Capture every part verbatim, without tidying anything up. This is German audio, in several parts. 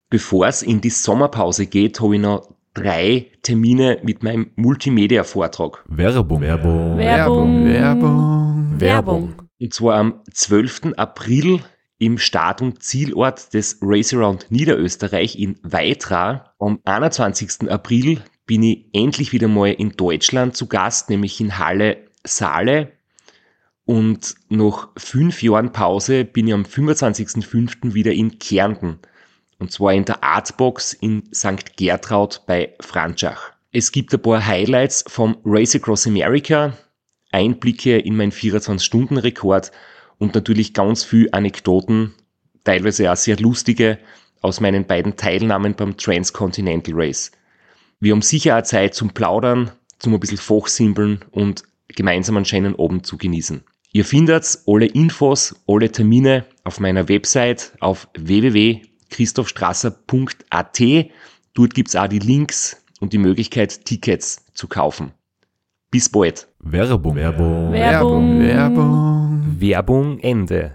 Bevor es in die Sommerpause geht, habe ich noch drei Termine mit meinem Multimedia-Vortrag. Werbung. Werbung. Werbung. Werbung. Werbung. Und zwar am zwölften April im Start- und Zielort des Race Around Niederösterreich in Weitra. Am einundzwanzigsten April bin ich endlich wieder mal in Deutschland zu Gast, nämlich in Halle Saale. Und nach fünf Jahren Pause bin ich am fünfundzwanzigsten fünften wieder in Kärnten. Und zwar in der Artbox in Sankt Gertraud bei Franschach. Es gibt ein paar Highlights vom Race Across America, Einblicke in meinen vierundzwanzig-Stunden-Rekord und natürlich ganz viele Anekdoten, teilweise auch sehr lustige, aus meinen beiden Teilnahmen beim Transcontinental Race. Wir haben sicher auch Zeit zum Plaudern, zum ein bisschen fachsimpeln und gemeinsam einen schönen Abend zu genießen. Ihr findet alle Infos, alle Termine auf meiner Website auf w w w punkt christophstrasser punkt a t. Dort gibt's auch die Links und die Möglichkeit, Tickets zu kaufen. Bis bald. Werbung. Werbung. Werbung. Werbung. Werbung Ende.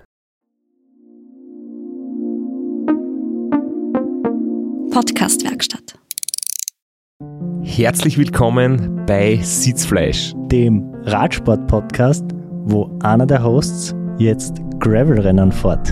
Podcast-Werkstatt. Herzlich willkommen bei Sitzfleisch. Dem Radsport-Podcast, wo einer der Hosts jetzt Gravelrennen fährt.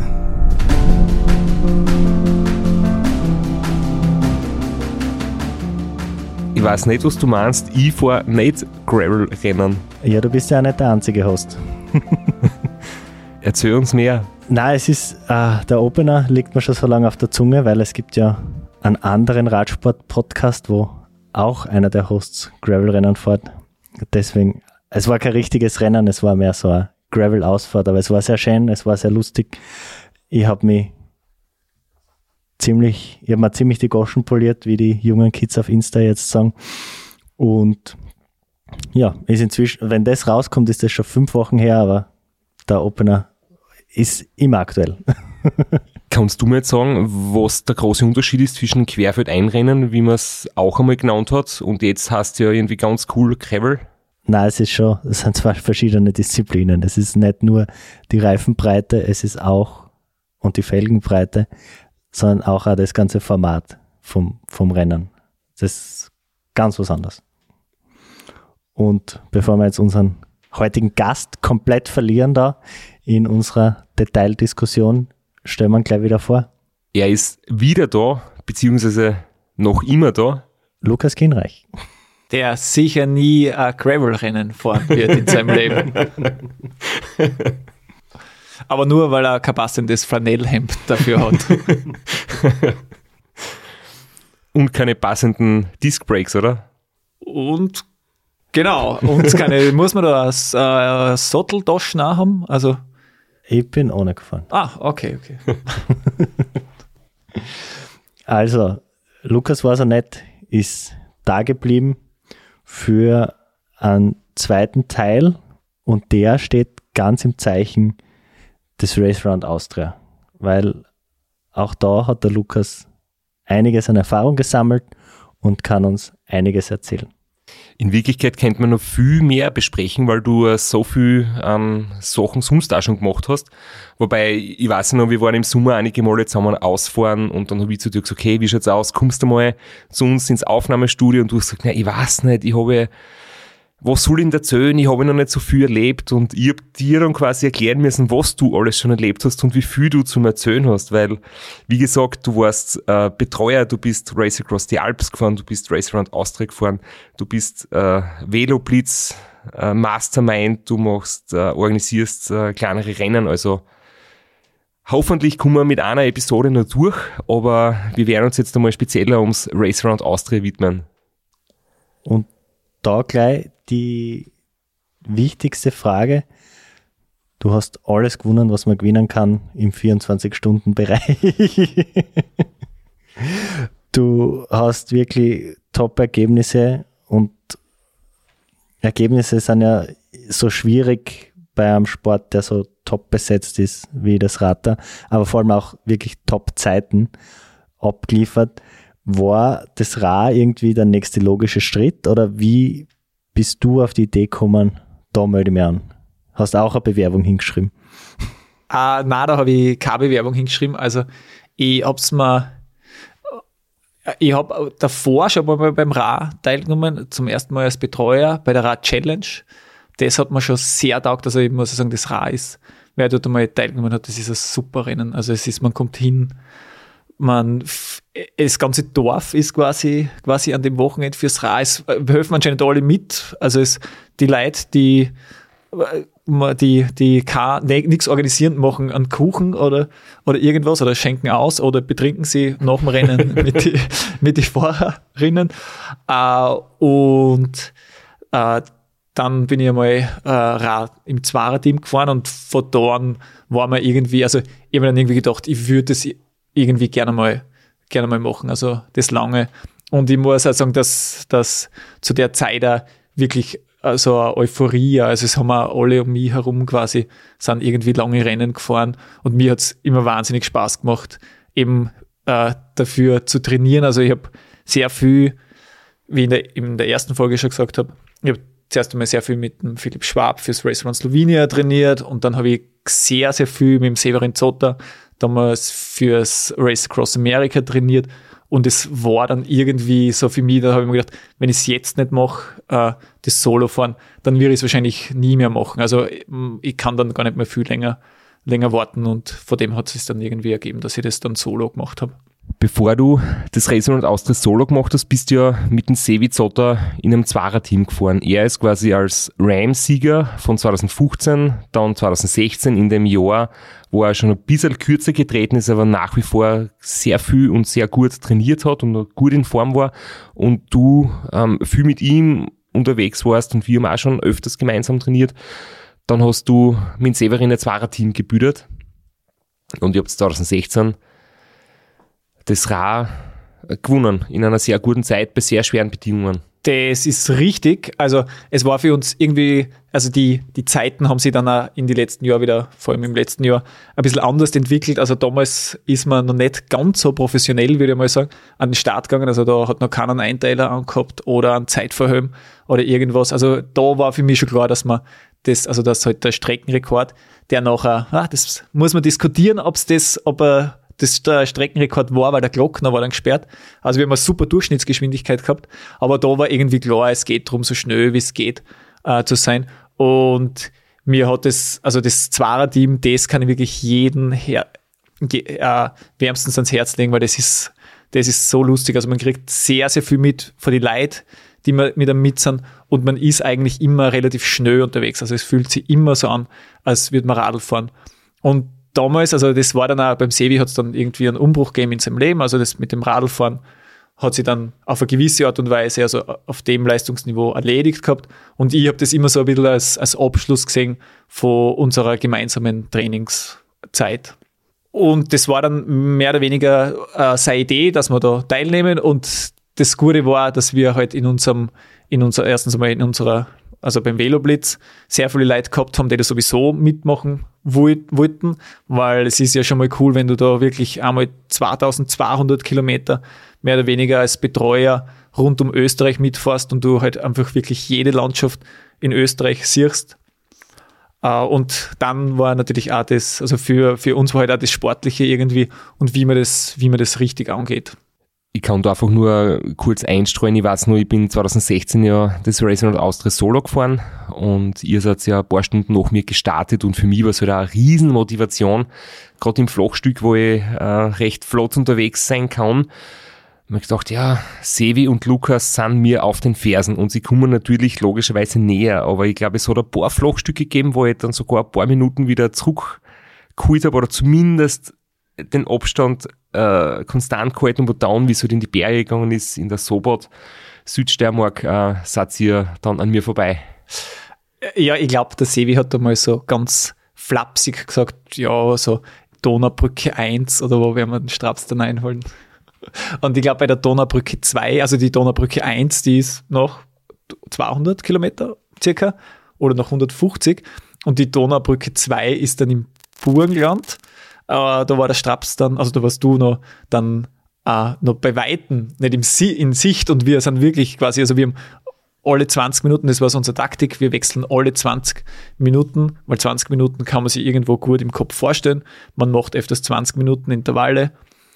Ich weiß nicht, was du meinst. Ich fahre nicht Gravel-Rennen. Ja, du bist ja auch nicht der einzige Host. Erzähl uns mehr. Nein, es ist, äh, der Opener liegt mir schon so lange auf der Zunge, weil es gibt ja einen anderen Radsport-Podcast, wo auch einer der Hosts Gravel-Rennen fährt. Deswegen, es war kein richtiges Rennen, es war mehr so eine Gravel-Ausfahrt, aber es war sehr schön, es war sehr lustig. Ich habe mich ziemlich, ich habe mir ziemlich die Goschen poliert, wie die jungen Kids auf Insta jetzt sagen. Und ja, ist inzwischen, wenn das rauskommt, ist das schon fünf Wochen her, aber der Opener ist immer aktuell. Kannst du mir jetzt sagen, was der große Unterschied ist zwischen Querfeld-Einrennen, wie man es auch einmal genannt hat, und jetzt heißt ja irgendwie ganz cool Gravel? Nein, es ist schon, es sind zwei verschiedene Disziplinen. Es ist nicht nur die Reifenbreite, es ist auch, und die Felgenbreite, sondern auch, auch das ganze Format vom, vom Rennen. Das ist ganz was anderes. Und bevor wir jetzt unseren heutigen Gast komplett verlieren da in unserer Detaildiskussion, stellen wir ihn gleich wieder vor. Er ist wieder da, beziehungsweise noch immer da. Lukas Kienreich. Der sicher nie ein Gravel-Rennen fahren wird in seinem Leben. Aber nur, weil er kein passendes Flanellhemd dafür hat. Und keine passenden Disc-Brakes, oder? Und genau, und keine, muss man da eine äh, Satteltaschen auch haben? Also, ich bin ohne gefahren. ah, okay, okay. Also, Lukas war so nett, ist da geblieben für einen zweiten Teil und der steht ganz im Zeichen des Race Around Austria, weil auch da hat der Lukas einiges an Erfahrung gesammelt und kann uns einiges erzählen. In Wirklichkeit könnte man noch viel mehr besprechen, weil du äh, so viel ähm, Sachen sonst auch schon gemacht hast. Wobei, ich weiß noch, wir waren im Sommer einige Male zusammen ausfahren und dann habe ich zu dir gesagt, okay, wie schaut's aus? Kommst du mal zu uns ins Aufnahmestudio? Und du hast gesagt, nein, ich weiß nicht, ich habe, was soll ich denn erzählen? Ich habe noch nicht so viel erlebt und ich habe dir dann quasi erklären müssen, was du alles schon erlebt hast und wie viel du zum Erzählen hast, weil, wie gesagt, du warst äh, Betreuer, du bist Race Across the Alps gefahren, du bist Race Around Austria gefahren, du bist äh, Veloblitz äh, Mastermind, du machst, äh, organisierst äh, kleinere Rennen, also hoffentlich kommen wir mit einer Episode noch durch, aber wir werden uns jetzt einmal spezieller ums Race Around Austria widmen. Und da gleich die wichtigste Frage. Du hast alles gewonnen, was man gewinnen kann im vierundzwanzig-Stunden-Bereich. Du hast wirklich Top-Ergebnisse und Ergebnisse sind ja so schwierig bei einem Sport, der so top besetzt ist wie das Radler, aber vor allem auch wirklich Top-Zeiten abgeliefert. War das Rad irgendwie der nächste logische Schritt oder wie bist du auf die Idee gekommen, da melde ich mich an? Hast auch eine Bewerbung hingeschrieben? Ah, nein, da habe ich keine Bewerbung hingeschrieben. Also ich habe es mir Ich habe davor schon mal beim Ra teilgenommen, zum ersten Mal als Betreuer bei der Ra Challenge. Das hat mir schon sehr taugt, also ich muss sagen, das Ra ist, wer dort einmal teilgenommen hat, das ist ein super Rennen. Also es ist, man kommt hin, man, das ganze Dorf ist quasi, quasi an dem Wochenende fürs Ra. Es helfen anscheinend alle mit. Also es, die Leute, die die, die nichts organisieren, machen einen Kuchen oder, oder irgendwas oder schenken aus oder betrinken sie nach dem Rennen mit den mit die Fahrerinnen. Uh, und uh, dann bin ich einmal uh, im Zwarer-Team gefahren und von da an war mir irgendwie, also ich habe mir dann irgendwie gedacht, ich würde das irgendwie gerne mal, gerne mal machen, also das lange. Und ich muss auch sagen, dass, dass zu der Zeit auch wirklich also eine Euphorie, also es haben wir alle um mich herum quasi, sind irgendwie lange Rennen gefahren und mir hat es immer wahnsinnig Spaß gemacht, eben äh, dafür zu trainieren. Also ich habe sehr viel, wie ich in der, in der ersten Folge schon gesagt habe, ich habe zuerst einmal sehr viel mit dem Philipp Schwab fürs Race Around Slovenia trainiert und dann habe ich sehr, sehr viel mit dem Severin Zotter damals fürs Race Across America trainiert. Und es war dann irgendwie so für mich, da habe ich mir gedacht, wenn ich es jetzt nicht mache, äh, das Solo-Fahren, dann würde ich es wahrscheinlich nie mehr machen. Also ich kann dann gar nicht mehr viel länger, länger warten und von dem hat es sich dann irgendwie ergeben, dass ich das dann solo gemacht habe. Bevor du das Race Around Austria Solo gemacht hast, bist du ja mit dem Sevi Zotter in einem Zwarer-Team gefahren. Er ist quasi als Ram-Sieger von zwanzig fünfzehn, dann zwanzig sechzehn in dem Jahr, wo er schon ein bisschen kürzer getreten ist, aber nach wie vor sehr viel und sehr gut trainiert hat und gut in Form war und du ähm, viel mit ihm unterwegs warst und wir haben auch schon öfters gemeinsam trainiert. Dann hast du mit dem Severin ein Zwarer-Team gebildet und ihr habt zwanzig sechzehn das Ra gewonnen, in einer sehr guten Zeit, bei sehr schweren Bedingungen. Das ist richtig. Also es war für uns irgendwie, also die, die Zeiten haben sich dann auch in den letzten Jahren wieder, vor allem im letzten Jahr, ein bisschen anders entwickelt. Also damals ist man noch nicht ganz so professionell, würde ich mal sagen, an den Start gegangen. Also da hat noch keiner einen Einteiler angehabt oder einen Zeitverhelm oder irgendwas. Also da war für mich schon klar, dass man das, also das halt der Streckenrekord, der nachher, ah, das muss man diskutieren, ob es das, ob er das der Streckenrekord war, weil der Glockner war dann gesperrt. Also wir haben eine super Durchschnittsgeschwindigkeit gehabt, aber da war irgendwie klar, es geht darum, so schnell wie es geht äh, zu sein. Und mir hat das, also das Zwarer-Team, das kann ich wirklich jeden her, äh, wärmstens ans Herz legen, weil das ist, das ist so lustig. Also man kriegt sehr, sehr viel mit von den Leuten, die mit einem mit sind und man ist eigentlich immer relativ schnell unterwegs. Also es fühlt sich immer so an, als würde man Radl fahren. Und damals, also das war dann auch, beim Sevi hat es dann irgendwie einen Umbruch gegeben in seinem Leben, also das mit dem Radlfahren hat sie dann auf eine gewisse Art und Weise, also auf dem Leistungsniveau erledigt gehabt und ich habe das immer so ein bisschen als, als Abschluss gesehen von unserer gemeinsamen Trainingszeit. Und das war dann mehr oder weniger äh, seine Idee, dass wir da teilnehmen und das Gute war, dass wir halt in unserem, in unserer, erstens einmal in unserer, also beim Veloblitz, sehr viele Leute gehabt haben, die da sowieso mitmachen wollten, weil es ist ja schon mal cool, wenn du da wirklich einmal zweitausendzweihundert Kilometer mehr oder weniger als Betreuer rund um Österreich mitfährst und du halt einfach wirklich jede Landschaft in Österreich siehst. Und dann war natürlich auch das, also für, für uns war halt auch das Sportliche irgendwie und wie man das, wie man das richtig angeht. Ich kann da einfach nur kurz einstreuen. Ich weiß nur, ich bin zwanzig sechzehn ja das Race Around Austria Solo gefahren und ihr seid ja ein paar Stunden nach mir gestartet und für mich war es halt auch eine riesen Motivation, gerade im Flachstück, wo ich äh, recht flott unterwegs sein kann. Ich habe gedacht, ja, Sevi und Lukas sind mir auf den Fersen und sie kommen natürlich logischerweise näher, aber ich glaube, es hat ein paar Flachstücke gegeben, wo ich dann sogar ein paar Minuten wieder zurückgeholt habe oder zumindest den Abstand äh, konstant gehalten, wo down, wie es halt in die Berge gegangen ist, in der Sobot, Südsteiermark, äh, seid ihr dann an mir vorbei. Ja, ich glaube, der Sevi hat da mal so ganz flapsig gesagt, ja, so Donaubrücke eins oder wo werden wir den Straps dann einholen. Und ich glaube, bei der Donaubrücke zwei, also die Donaubrücke eins, die ist noch zweihundert Kilometer circa oder noch hundertfünfzig und die Donaubrücke zwei ist dann im Burgenland. Uh, da war der Straps dann, also da warst du noch dann uh, noch bei Weitem, nicht im Si- in Sicht und wir sind wirklich quasi, also wir haben alle zwanzig Minuten, das war so unsere Taktik, wir wechseln alle zwanzig Minuten, weil zwanzig Minuten kann man sich irgendwo gut im Kopf vorstellen, man macht öfters zwanzig Minuten Intervalle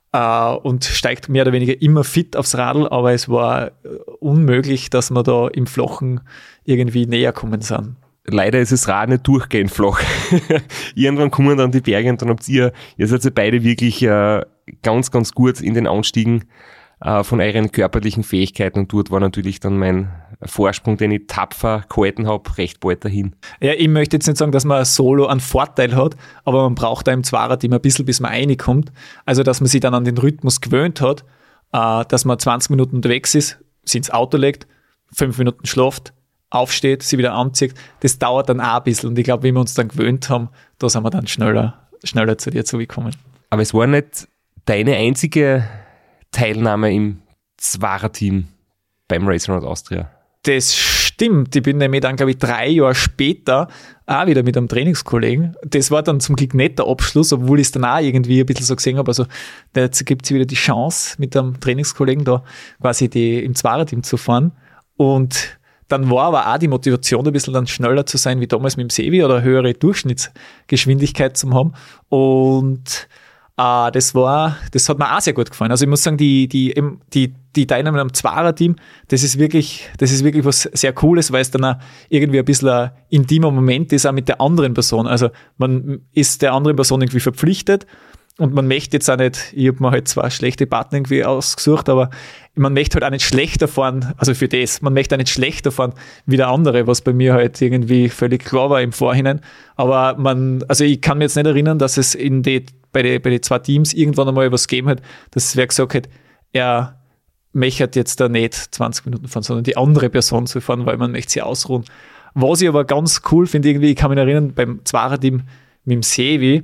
äh, und steigt mehr oder weniger immer fit aufs Radl, aber es war unmöglich, dass wir da im Flachen irgendwie näher kommen sind. Leider ist das Rad nicht durchgehend flach. Irgendwann kommen dann die Berge und dann habt ihr, ihr seid ja beide wirklich äh, ganz, ganz gut in den Anstiegen äh, von euren körperlichen Fähigkeiten und dort war natürlich dann mein Vorsprung, den ich tapfer gehalten habe, recht bald dahin. Ja, ich möchte jetzt nicht sagen, dass man Solo einen Vorteil hat, aber man braucht da im Zweirad immer ein bisschen, bis man reinkommt. Also, dass man sich dann an den Rhythmus gewöhnt hat, äh, dass man zwanzig Minuten unterwegs ist, sich ins Auto legt, fünf Minuten schlaft, aufsteht, sie wieder anzieht. Das dauert dann auch ein bisschen. Und ich glaube, wenn wir uns dann gewöhnt haben, da sind wir dann schneller, schneller zu dir zugekommen. Aber es war nicht deine einzige Teilnahme im Zwarer-Team beim Racing Around Austria. Das stimmt. Ich bin nämlich dann, glaube ich, drei Jahre später auch wieder mit einem Trainingskollegen. Das war dann zum Glück nicht der Abschluss, obwohl ich es dann auch irgendwie ein bisschen so gesehen habe. Also da gibt es wieder die Chance, mit einem Trainingskollegen da quasi die, im Zwarer-Team zu fahren. Und dann war aber auch die Motivation, ein bisschen dann schneller zu sein wie damals mit dem Sevi oder eine höhere Durchschnittsgeschwindigkeit zu haben. Und äh, das war, das hat mir auch sehr gut gefallen. Also ich muss sagen, die, die, die, die Teilnahme am Zwarer-Team, das ist wirklich, das ist wirklich was sehr Cooles, weil es dann auch irgendwie ein bisschen ein intimer Moment ist, auch mit der anderen Person. Also man ist der anderen Person irgendwie verpflichtet. Und man möchte jetzt auch nicht, ich habe mir halt zwei schlechte Partner irgendwie ausgesucht, aber man möchte halt auch nicht schlechter fahren, also für das, man möchte auch nicht schlechter fahren wie der andere, was bei mir halt irgendwie völlig klar war im Vorhinein. Aber man, also ich kann mir jetzt nicht erinnern, dass es in die, bei den bei die zwei Teams irgendwann einmal was gegeben hat, dass wer gesagt hat, er möchte jetzt da nicht zwanzig Minuten fahren, sondern die andere Person zu fahren, weil man möchte sie ausruhen. Was ich aber ganz cool finde, irgendwie, ich kann mich erinnern, beim Zwarer-Team mit dem Sevi,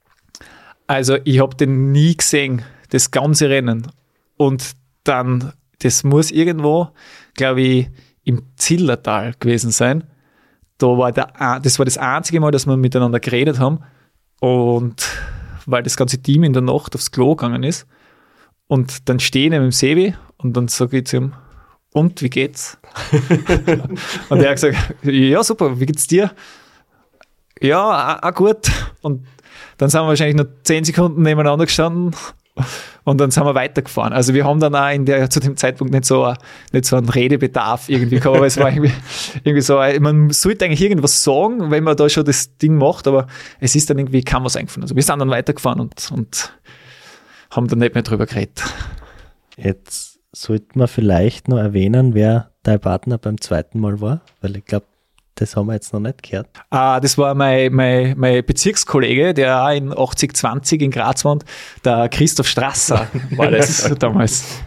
also ich habe den nie gesehen, das ganze Rennen. Und dann, das muss irgendwo, glaube ich, im Zillertal gewesen sein. Da war der, das war das einzige Mal, dass wir miteinander geredet haben. Und weil das ganze Team in der Nacht aufs Klo gegangen ist. Und dann stehe ich neben dem Sevi und dann sage ich zu ihm, und, wie geht's? Und er hat gesagt, ja super, wie geht's dir? Ja, auch, auch gut. Und dann sind wir wahrscheinlich noch zehn Sekunden nebeneinander gestanden und dann sind wir weitergefahren. Also wir haben dann auch in der, zu dem Zeitpunkt nicht so, nicht so einen Redebedarf irgendwie gehabt, aber es war irgendwie, irgendwie so, man sollte eigentlich irgendwas sagen, wenn man da schon das Ding macht, aber es ist dann irgendwie kaum was eingefallen. Also wir sind dann weitergefahren und, und haben dann nicht mehr drüber geredet. Jetzt sollte man vielleicht noch erwähnen, wer dein Partner beim zweiten Mal war, weil ich glaube, das haben wir jetzt noch nicht gehört. Ah, das war mein, mein, mein Bezirkskollege, der auch in achtzig zwanzig in Graz wohnt, der Christoph Strasser war das damals.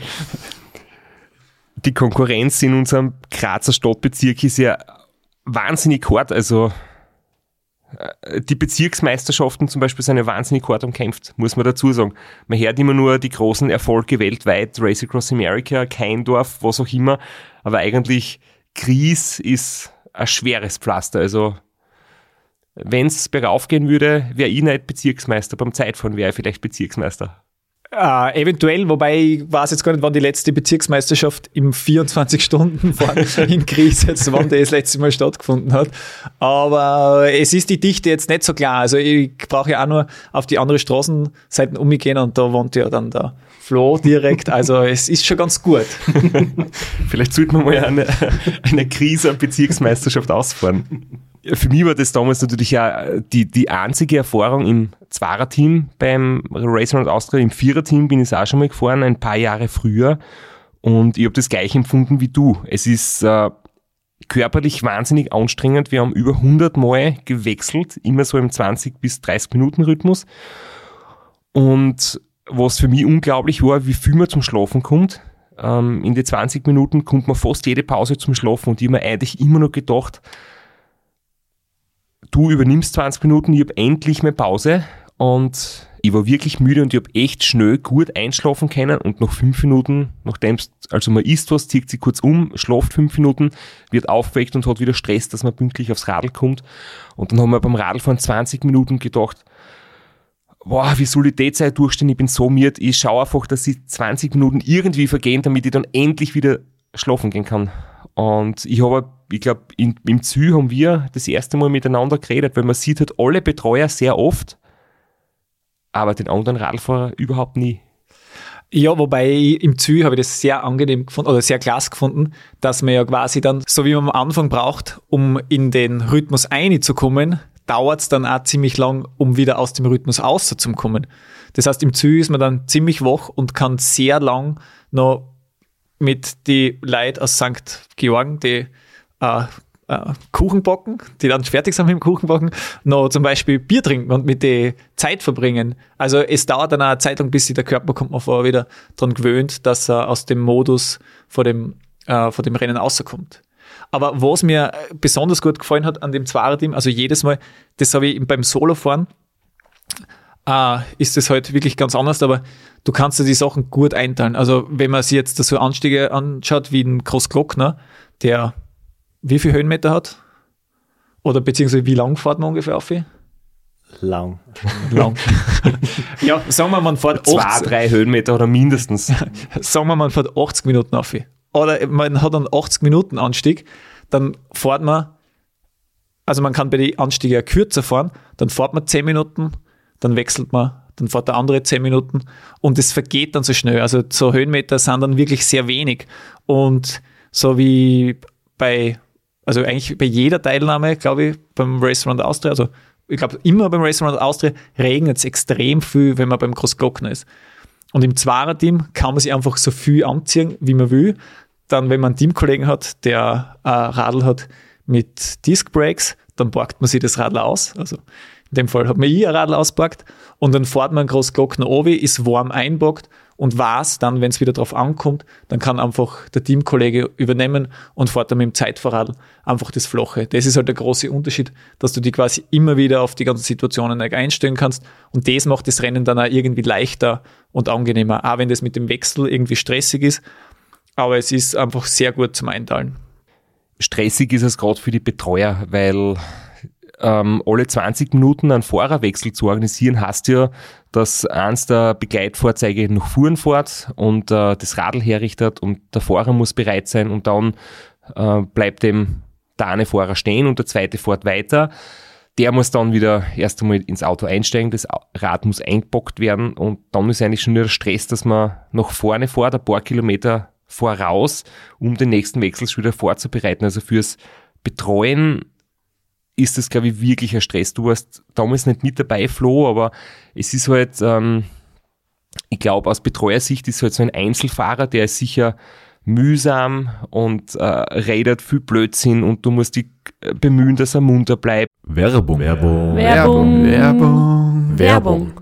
Die Konkurrenz in unserem Grazer Stadtbezirk ist ja wahnsinnig hart. Also die Bezirksmeisterschaften zum Beispiel sind ja wahnsinnig hart umkämpft, muss man dazu sagen. Man hört immer nur die großen Erfolge weltweit, Race Across America, Keindorf, was auch immer, aber eigentlich Gries ist ein schweres Pflaster. Also wenn es bergauf gehen würde, wäre ich nicht Bezirksmeister. Beim Zeitfahren wäre ich vielleicht Bezirksmeister. Äh, eventuell, wobei ich weiß jetzt gar nicht, wann die letzte Bezirksmeisterschaft im vierundzwanzig-Stunden-Fahren in Gries jetzt, wann die das letzte Mal stattgefunden hat. Aber es ist die Dichte jetzt nicht so klar. Also ich brauche ja auch nur auf die andere Straßenseiten umgehen und da wohnt ja dann der Flo direkt. Also es ist schon ganz gut. Vielleicht sollten wir mal eine, eine Krise Bezirksmeisterschaft ausfahren. Für mich war das damals natürlich ja die, die einzige Erfahrung im Zwarer-Team beim Racing Around Austria. Im Vierer-Team bin ich auch schon mal gefahren, ein paar Jahre früher. Und ich habe das gleich empfunden wie du. Es ist äh, körperlich wahnsinnig anstrengend. Wir haben über hundert Mal gewechselt, immer so im zwanzig bis dreißig Minuten Rhythmus. Und was für mich unglaublich war, wie viel man zum Schlafen kommt. Ähm, in die zwanzig Minuten kommt man fast jede Pause zum Schlafen und ich habe mir eigentlich immer noch gedacht, du übernimmst zwanzig Minuten, ich habe endlich meine Pause und ich war wirklich müde und ich habe echt schnell gut einschlafen können und nach fünf Minuten, nachdem also man isst was, zieht sich kurz um, schlaft fünf Minuten, wird aufgeweckt und hat wieder Stress, dass man pünktlich aufs Radl kommt und dann haben wir beim Radlfahren zwanzig Minuten gedacht, boah, wie soll ich die Zeit durchstehen, ich bin so müde, ich schaue einfach, dass die zwanzig Minuten irgendwie vergehen, damit ich dann endlich wieder schlafen gehen kann. Und ich habe, ich glaube, im Ziel haben wir das erste Mal miteinander geredet, weil man sieht halt alle Betreuer sehr oft, aber den anderen Radlfahrer überhaupt nie. Ja, wobei ich, im Ziel habe ich das sehr angenehm gefunden oder sehr klasse gefunden, dass man ja quasi dann, so wie man am Anfang braucht, um in den Rhythmus reinzukommen, dauert es dann auch ziemlich lang, um wieder aus dem Rhythmus rauszukommen. Das heißt, im Ziel ist man dann ziemlich wach und kann sehr lang noch mit den Leuten aus Sankt Georgen, die äh, äh, Kuchen backen, die dann fertig sind mit dem Kuchenbacken, noch zum Beispiel Bier trinken und mit die Zeit verbringen. Also es dauert dann auch eine Zeit lang, bis sich der Körper, kommt man vorher wieder dran gewöhnt, dass er aus dem Modus vor dem, äh, vor dem Rennen rauskommt. Aber was mir besonders gut gefallen hat an dem Zweierteam, also jedes Mal, das habe ich beim Solofahren, äh, ist das halt wirklich ganz anders, aber du kannst dir die Sachen gut einteilen. Also wenn man sich jetzt so Anstiege anschaut wie ein Großglockner, der wie viel Höhenmeter hat? Oder beziehungsweise wie lang fährt man ungefähr auf? Lang. Lang. Ja, sagen wir, man fährt Zwei, achtzig, drei Höhenmeter oder mindestens. sagen wir, man fährt achtzig Minuten auf. Oder man hat einen achtzig Minuten Anstieg, dann fährt man, also man kann bei den Anstiegen ja kürzer fahren, dann fährt man zehn Minuten, dann wechselt man, dann fährt der andere zehn Minuten und es vergeht dann so schnell. Also so Höhenmeter sind dann wirklich sehr wenig. Und so wie bei, also eigentlich bei jeder Teilnahme, glaube ich, beim Race Around Austria, also ich glaube immer beim Race Around Austria regnet es extrem viel, wenn man beim Großglockner ist. Und im Zweierteam kann man sich einfach so viel anziehen, wie man will. Dann, wenn man einen Teamkollegen hat, der ein Radl hat mit Disc Brakes, dann parkt man sich das Radl aus. Also in dem Fall hat man ich ein Radl ausparkt und dann fährt man einen Großglockner runter, ist warm einpackt und weiß dann, wenn es wieder drauf ankommt, dann kann einfach der Teamkollege übernehmen und fährt dann mit dem Zeitfahrradl einfach das Flache. Das ist halt der große Unterschied, dass du dich quasi immer wieder auf die ganzen Situationen einstellen kannst und das macht das Rennen dann auch irgendwie leichter und angenehmer, auch wenn das mit dem Wechsel irgendwie stressig ist, aber es ist einfach sehr gut zum Einteilen. Stressig ist es gerade für die Betreuer, weil ähm, alle zwanzig Minuten einen Fahrerwechsel zu organisieren, heißt ja, dass eins der Begleitfahrzeuge noch fuhren fährt und äh, das Radl herrichtet und der Fahrer muss bereit sein und dann äh, bleibt eben der eine Fahrer stehen und der zweite fährt weiter. Der muss dann wieder erst einmal ins Auto einsteigen, das Rad muss eingepackt werden und dann ist eigentlich schon wieder Stress, dass man nach vorne fährt, ein paar Kilometer voraus, um den nächsten Wechsel schon wieder vorzubereiten. Also fürs Betreuen ist das, glaube ich, wirklich ein Stress. Du warst damals nicht mit dabei, Flo, aber es ist halt, ähm, ich glaube, aus Betreuersicht ist halt so ein Einzelfahrer, der ist sicher mühsam und äh, redet viel Blödsinn und du musst dich bemühen, dass er munter bleibt. Werbung. Werbung. Werbung. Werbung. Werbung.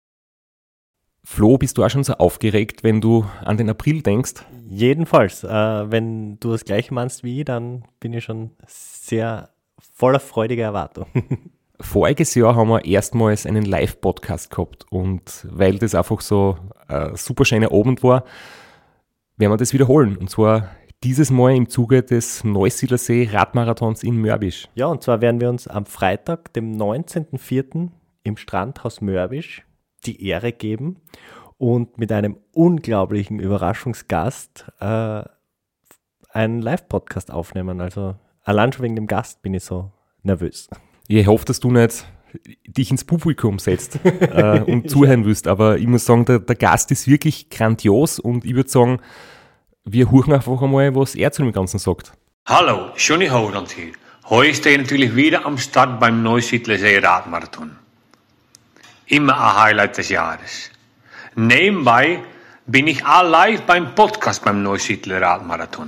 Flo, bist du auch schon so aufgeregt, wenn du an den April denkst? Jedenfalls, äh, wenn du das Gleiche meinst wie ich, dann bin ich schon sehr voller freudiger Erwartung. Voriges Jahr haben wir erstmals einen Live-Podcast gehabt und weil das einfach so ein super schöner Abend war, werden wir das wiederholen. Und zwar dieses Mal im Zuge des Neusiedlersee Radmarathons in Mörbisch. Ja, und zwar werden wir uns am Freitag, dem neunzehnten vierten im Strandhaus Mörbisch die Ehre geben und mit einem unglaublichen Überraschungsgast äh, einen Live-Podcast aufnehmen. Also allein schon wegen dem Gast bin ich so nervös. Ich hoffe, dass du nicht dich ins Publikum setzt äh, und zuhören willst, aber ich muss sagen, der, der Gast ist wirklich grandios und ich würde sagen, wir hören einfach einmal, was er zu dem Ganzen sagt. Hallo, Johnny Holand hier. Heute stehe ich natürlich wieder am Start beim Neusiedlersee Radmarathon. Immer ein Highlight des Jahres. Nebenbei bin ich auch live beim Podcast beim Neusiedler Radmarathon.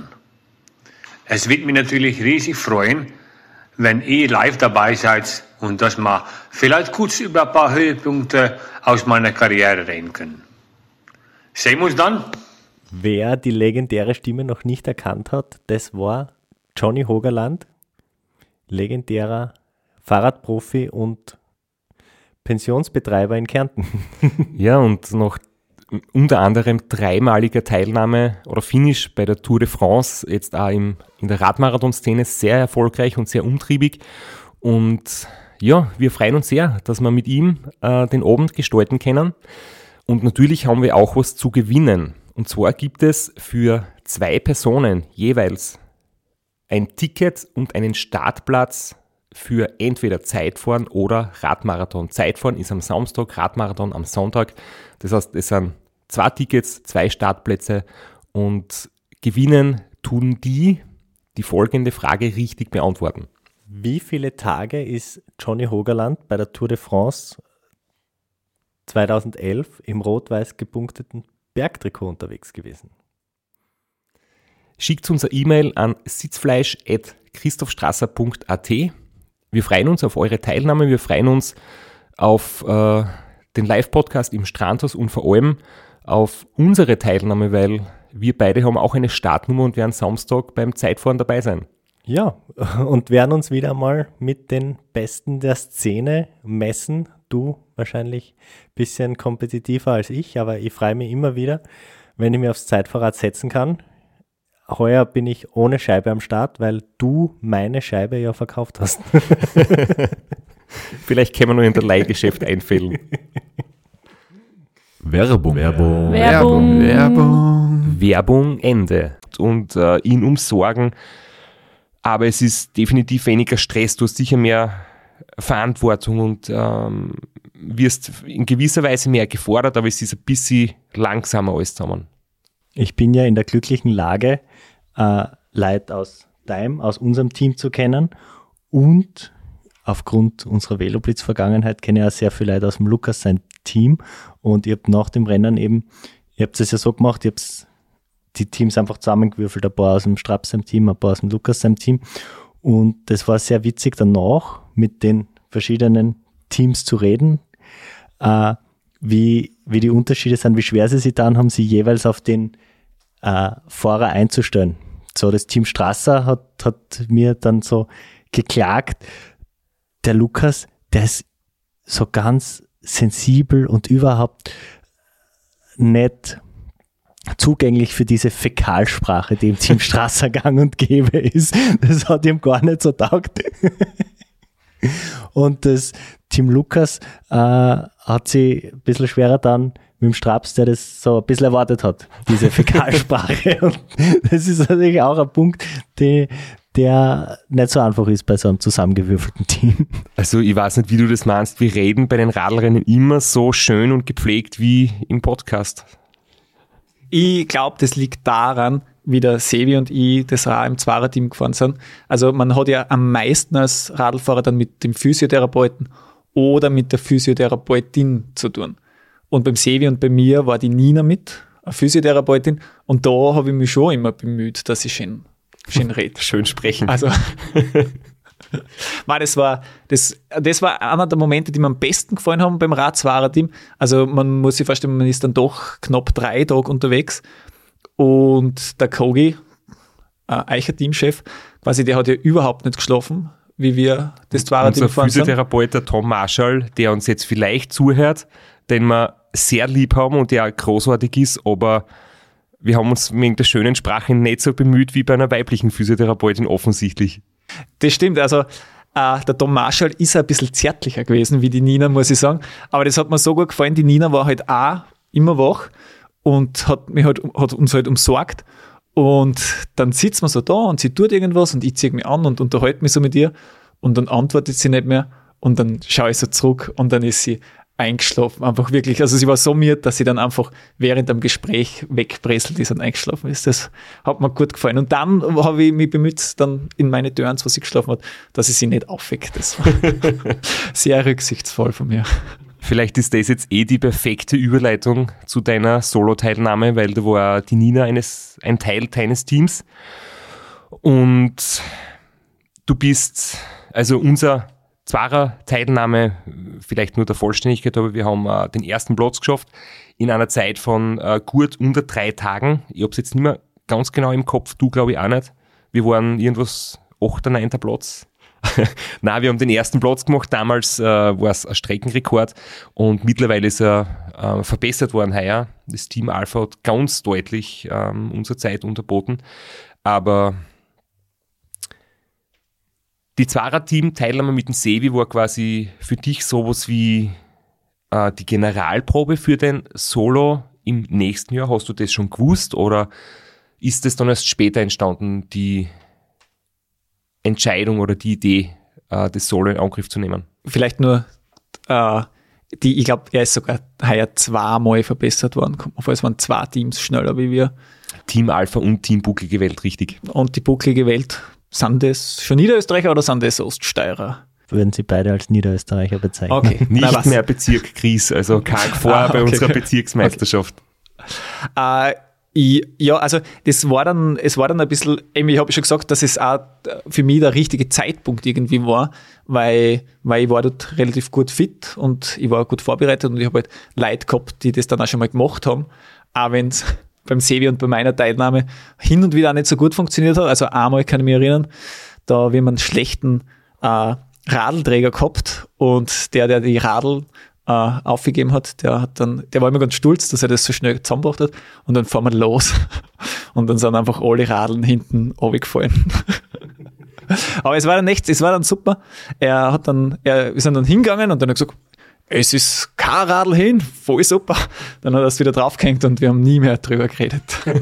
Es wird mich natürlich riesig freuen, wenn ihr live dabei seid und dass wir vielleicht kurz über ein paar Höhepunkte aus meiner Karriere reden können. Sehen wir uns dann. Wer die legendäre Stimme noch nicht erkannt hat, das war Johnny Hogerland, legendärer Fahrradprofi und Pensionsbetreiber in Kärnten. Ja, und noch unter anderem dreimaliger Teilnahme oder Finish bei der Tour de France, jetzt auch im, in der Radmarathon-Szene sehr erfolgreich und sehr umtriebig. Und ja, wir freuen uns sehr, dass wir mit ihm äh, den Abend gestalten können. Und natürlich haben wir auch was zu gewinnen. Und zwar gibt es für zwei Personen jeweils ein Ticket und einen Startplatz für entweder Zeitfahren oder Radmarathon. Zeitfahren ist am Samstag, Radmarathon am Sonntag. Das heißt, es sind zwei Tickets, zwei Startplätze und gewinnen tun die, die folgende Frage richtig beantworten. Wie viele Tage ist Johnny Hogerland bei der Tour de France zweitausendelf im rot-weiß gepunkteten Bergtrikot unterwegs gewesen? Schickt uns eine E-Mail an sitzfleisch at christophstrasser punkt a t. Wir freuen uns auf eure Teilnahme, wir freuen uns auf äh, den Live-Podcast im Strandhaus und vor allem auf unsere Teilnahme, weil wir beide haben auch eine Startnummer und werden Samstag beim Zeitfahren dabei sein. Ja, und werden uns wieder mal mit den Besten der Szene messen. Du wahrscheinlich ein bisschen kompetitiver als ich, aber ich freue mich immer wieder, wenn ich mir aufs Zeitfahrrad setzen kann. Heuer bin ich ohne Scheibe am Start, weil du meine Scheibe ja verkauft hast. Vielleicht können wir noch in der Leihgeschäft einfällen. Werbung. Werbung. Werbung. Werbung. Werbung, Ende. Und äh, ihn umsorgen, aber es ist definitiv weniger Stress, du hast sicher mehr Verantwortung und ähm, wirst in gewisser Weise mehr gefordert, aber es ist ein bisschen langsamer alles zusammen. Ich bin ja in der glücklichen Lage, äh, Leute aus deinem, aus unserem Team zu kennen und aufgrund unserer Veloblitz-Vergangenheit kenne ich auch sehr viele Leute aus dem Lukas, sein Team, und ihr habt nach dem Rennen eben, ihr habt es ja so gemacht, ihr habt die Teams einfach zusammengewürfelt, ein paar aus dem Straps seinem Team, ein paar aus dem Lukas seinem Team, und das war sehr witzig danach mit den verschiedenen Teams zu reden, äh, wie, wie die Unterschiede sind, wie schwer sie sich dann haben, sie jeweils auf den äh, Fahrer einzustellen. So, das Team Strasser hat, hat mir dann so geklagt, der Lukas, der ist so ganz sensibel und überhaupt nicht zugänglich für diese Fäkalsprache, die im Team Strasser gang und gäbe ist. Das hat ihm gar nicht so taugt. Und das Team Lukas äh, hat sich ein bisschen schwerer dann mit dem Straps, der das so ein bisschen erwartet hat, diese Fäkalsprache. Und das ist natürlich auch ein Punkt, die, der nicht so einfach ist bei so einem zusammengewürfelten Team. Also ich weiß nicht, wie du das meinst, wir reden bei den Radlrennen immer so schön und gepflegt wie im Podcast. Ich glaube, das liegt daran, wie der Sevi und ich das Rad im Zweierteam gefahren sind. Also man hat ja am meisten als Radlfahrer dann mit dem Physiotherapeuten oder mit der Physiotherapeutin zu tun. Und beim Sevi und bei mir war die Nina mit, eine Physiotherapeutin, und da habe ich mich schon immer bemüht, dass ich schön, schön rede. Schön sprechen. Also, man, das war, das, das war einer der Momente, die mir am besten gefallen haben beim Rad-Zweierteam. Also man muss sich vorstellen, man ist dann doch knapp drei Tage unterwegs. Und der Kogi, äh, Eicher-Teamchef, quasi, der hat ja überhaupt nicht geschlafen, wie wir das Zweierteam Unser gefahren sind. Physiotherapeut, der Tom Marschall, der uns jetzt vielleicht zuhört, den wir sehr lieb haben und der großartig ist, aber wir haben uns wegen der schönen Sprache nicht so bemüht wie bei einer weiblichen Physiotherapeutin offensichtlich. Das stimmt, also äh, der Tom Marschall ist ein bisschen zärtlicher gewesen wie die Nina, muss ich sagen, aber das hat mir so gut gefallen, die Nina war halt auch immer wach und hat, mich halt, hat uns halt umsorgt, und dann sitzt man so da und sie tut irgendwas und ich ziehe mich an und unterhalte mich so mit ihr und dann antwortet sie nicht mehr und dann schaue ich so zurück und dann ist sie eingeschlafen, einfach wirklich. Also sie war so müde, dass sie dann einfach während dem Gespräch weggepresselt ist und eingeschlafen ist. Das hat mir gut gefallen. Und dann habe ich mich bemüht, dann in meine Turns, wo sie geschlafen hat, dass ich sie nicht aufwecke. Das war sehr rücksichtsvoll von mir. Vielleicht ist das jetzt eh die perfekte Überleitung zu deiner Solo-Teilnahme, weil da war die Nina eines, ein Teil deines Teams. Und du bist, also unser Zweier-Teilnahme, vielleicht nur der Vollständigkeit, aber wir haben äh, den ersten Platz geschafft in einer Zeit von äh, gut unter drei Tagen. Ich habe es jetzt nicht mehr ganz genau im Kopf, du glaube ich auch nicht. Wir waren irgendwas achter, neunter Platz. Nein, wir haben den ersten Platz gemacht. Damals äh, war es ein Streckenrekord und mittlerweile ist er äh, verbessert worden heuer. Das Team Alpha hat ganz deutlich ähm, unsere Zeit unterboten. Aber die Zweier-Team-Teilnahme mit dem Sevi war quasi für dich sowas wie äh, die Generalprobe für den Solo im nächsten Jahr. Hast du das schon gewusst oder ist das dann erst später entstanden, die Entscheidung oder die Idee, äh, das Solo in Angriff zu nehmen? Vielleicht nur äh, die, ich glaube, er ist sogar heuer zweimal verbessert worden. Kommt mir vor, es waren zwei Teams schneller wie wir. Team Alpha und Team Bucklige Welt, richtig. Und die Bucklige Welt, sind das schon Niederösterreicher oder sind das Oststeirer? Würden Sie beide als Niederösterreicher bezeichnen? Okay. Nicht Na, was? mehr Bezirk Gries, also karg vor Ah, bei okay. unserer Bezirksmeisterschaft. Äh, ich, ja, also das war dann, es war dann ein bisschen, eben, ich habe schon gesagt, dass es auch für mich der richtige Zeitpunkt irgendwie war, weil, weil ich war dort relativ gut fit und ich war gut vorbereitet und ich habe halt Leute gehabt, die das dann auch schon mal gemacht haben, auch wenn es beim Sevi und bei meiner Teilnahme hin und wieder auch nicht so gut funktioniert hat. Also einmal kann ich mich erinnern, da haben wir einen schlechten äh, Radlträger gehabt und der, der die Radl äh, aufgegeben hat, der hat dann, der war immer ganz stolz, dass er das so schnell zusammengebracht hat und dann fahren wir los und dann sind einfach alle Radeln hinten runtergefallen. Aber es war dann echt, es war dann super. Er hat dann, er, wir sind dann hingegangen und dann hat er gesagt, es ist kein Radl hin, voll super. Dann hat er es wieder draufgehängt und wir haben nie mehr drüber geredet.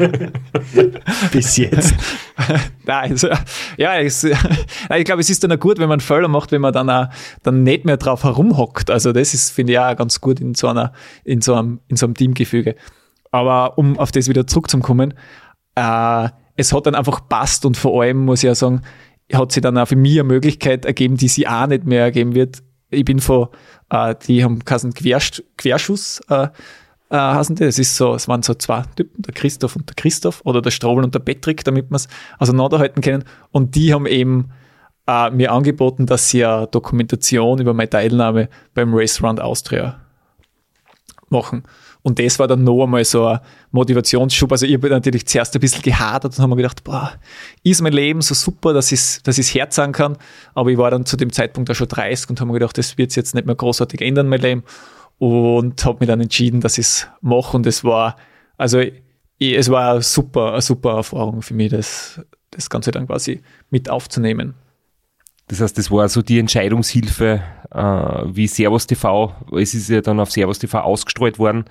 Bis jetzt. Nein, also, ja, es, ich glaube, es ist dann auch gut, wenn man Fehler macht, wenn man dann auch dann nicht mehr drauf herumhockt. Also das ist, finde ich, auch ganz gut in so einer, in so einem, in so einem Teamgefüge. Aber um auf das wieder zurückzukommen, äh, es hat dann einfach passt und vor allem, muss ich ja sagen, hat sich dann auch für mich eine Möglichkeit ergeben, die sie auch nicht mehr ergeben wird. Ich bin von, äh, die haben keinen Quersch- Querschuss, äh, äh, heißen die. Das ist so, es waren so zwei Typen, der Christoph und der Christoph oder der Strobel und der Patrick, damit wir es auseinanderhalten können. Und die haben eben äh, mir angeboten, dass sie eine Dokumentation über meine Teilnahme beim Race Round Austria machen. Und das war dann noch einmal so ein Motivationsschub. Also ich habe natürlich zuerst ein bisschen gehadert und habe mir gedacht, boah, ist mein Leben so super, dass ich es dass ich's herzagen kann. Aber ich war dann zu dem Zeitpunkt auch schon dreißig und habe mir gedacht, das wird jetzt nicht mehr großartig ändern, mein Leben. Und habe mich dann entschieden, dass ich es mache. Und es war, also ich, es war eine super, eine super Erfahrung für mich, das, das Ganze dann quasi mit aufzunehmen. Das heißt, das war so die Entscheidungshilfe, äh, wie Servus T V, es ist ja dann auf Servus T V ausgestrahlt worden,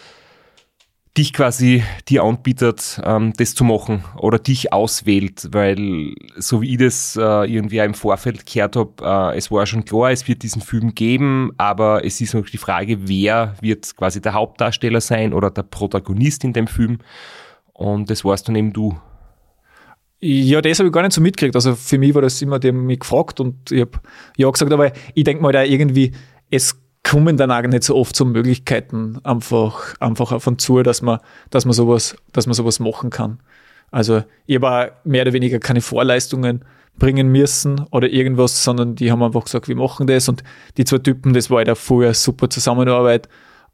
dich quasi dir anbietet, ähm, das zu machen oder dich auswählt, weil so wie ich das äh, irgendwie auch im Vorfeld gehört habe, äh, es war schon klar, es wird diesen Film geben, aber es ist noch die Frage, wer wird quasi der Hauptdarsteller sein oder der Protagonist in dem Film, und das warst dann eben du. Ja, das habe ich gar nicht so mitgekriegt. Also für mich war das immer, die haben mich gefragt und ich habe ja gesagt, aber ich denke mal da irgendwie, es kommen dann auch nicht so oft so Möglichkeiten einfach, einfach auf und zu, dass man, dass man sowas, dass man sowas machen kann. Also ich habe auch mehr oder weniger keine Vorleistungen bringen müssen oder irgendwas, sondern die haben einfach gesagt, wir machen das, und die zwei Typen, das war halt auch vorher super Zusammenarbeit,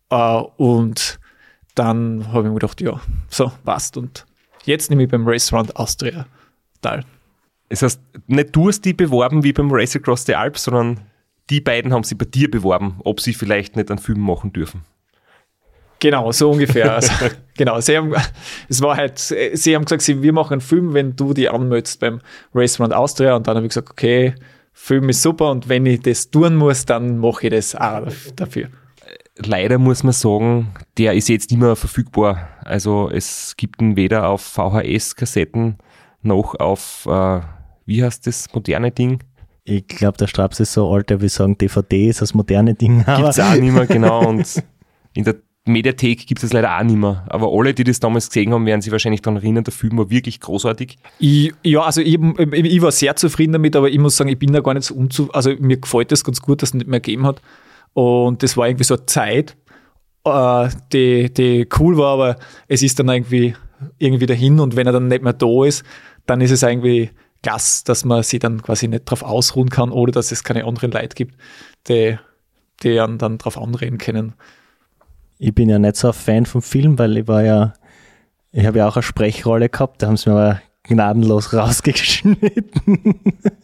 und dann habe ich mir gedacht, ja, so, passt, und jetzt nehme ich beim Race Round Austria teil. Das heißt, nicht du hast die beworben wie beim Race Across the Alps, sondern die beiden haben sich bei dir beworben, ob sie vielleicht nicht einen Film machen dürfen. Genau, so ungefähr. Also, genau, sie haben, es war halt, sie haben gesagt, sie, wir machen einen Film, wenn du die anmeldest beim Race Round Austria, und dann habe ich gesagt, okay, Film ist super, und wenn ich das tun muss, dann mache ich das auch dafür. Leider muss man sagen, der ist jetzt nicht mehr verfügbar. Also es gibt ihn weder auf V H S-Kassetten noch auf, äh, wie heißt das moderne Ding? Ich glaube, der Straps ist so alt, wir sagen, D V D ist das moderne Ding. Gibt es auch nicht mehr, genau. Und in der Mediathek gibt es leider auch nicht mehr. Aber alle, die das damals gesehen haben, werden sich wahrscheinlich daran erinnern, der Film war wirklich großartig. Ich, ja, also ich, ich war sehr zufrieden damit, aber ich muss sagen, ich bin da gar nicht so unzufrieden. Also mir gefällt das ganz gut, dass es nicht mehr gegeben hat. Und das war irgendwie so eine Zeit, äh, die, die cool war, aber es ist dann irgendwie, irgendwie dahin, und wenn er dann nicht mehr da ist, dann ist es irgendwie klasse, dass man sich dann quasi nicht drauf ausruhen kann oder dass es keine anderen Leute gibt, die, die einen dann drauf anreden können. Ich bin ja nicht so ein Fan vom Film, weil ich war ja, ich habe ja auch eine Sprechrolle gehabt, da haben sie mir aber gnadenlos rausgeschnitten.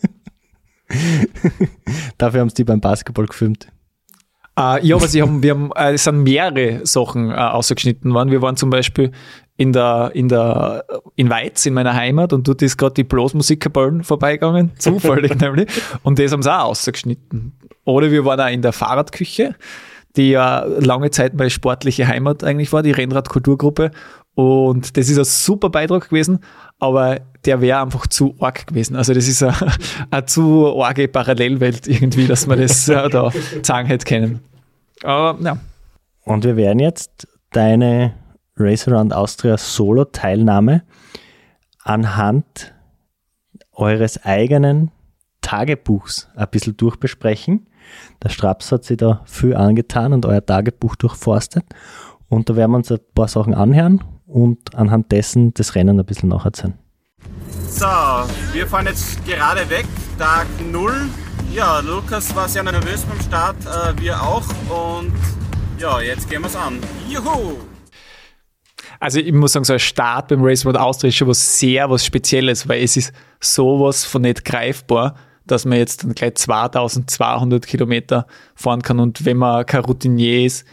Dafür haben sie die beim Basketball gefilmt. Uh, ja, aber sie haben, wir haben, uh, es sind mehrere Sachen uh, ausgeschnitten worden. Wir waren zum Beispiel in der, in der, in Weiz, in meiner Heimat, und dort ist gerade die Blasmusikerballen vorbeigegangen, zufällig nämlich, und das haben sie auch ausgeschnitten. Oder wir waren auch in der Fahrradküche, die ja lange Zeit meine sportliche Heimat eigentlich war, die Rennradkulturgruppe, und das ist ein super Beitrag gewesen, aber der wäre einfach zu arg gewesen. Also das ist eine, eine zu arge Parallelwelt irgendwie, dass man das äh, da sagen hätte können. Aber ja. Und wir werden jetzt deine Race Around Austria Solo-Teilnahme anhand eures eigenen Tagebuchs ein bisschen durchbesprechen. Der Straps hat sich da viel angetan und euer Tagebuch durchforstet. Und da werden wir uns ein paar Sachen anhören und anhand dessen das Rennen ein bisschen nacherzählen. So, wir fahren jetzt gerade weg, Tag null. Ja, Lukas war sehr nervös beim Start, äh, wir auch. Und ja, jetzt gehen wir es an. Juhu! Also ich muss sagen, so ein Start beim Race Around Austria ist schon was sehr was Spezielles, weil es ist sowas von nicht greifbar, dass man jetzt dann gleich zweitausendzweihundert Kilometer fahren kann und wenn man kein Routinier ist,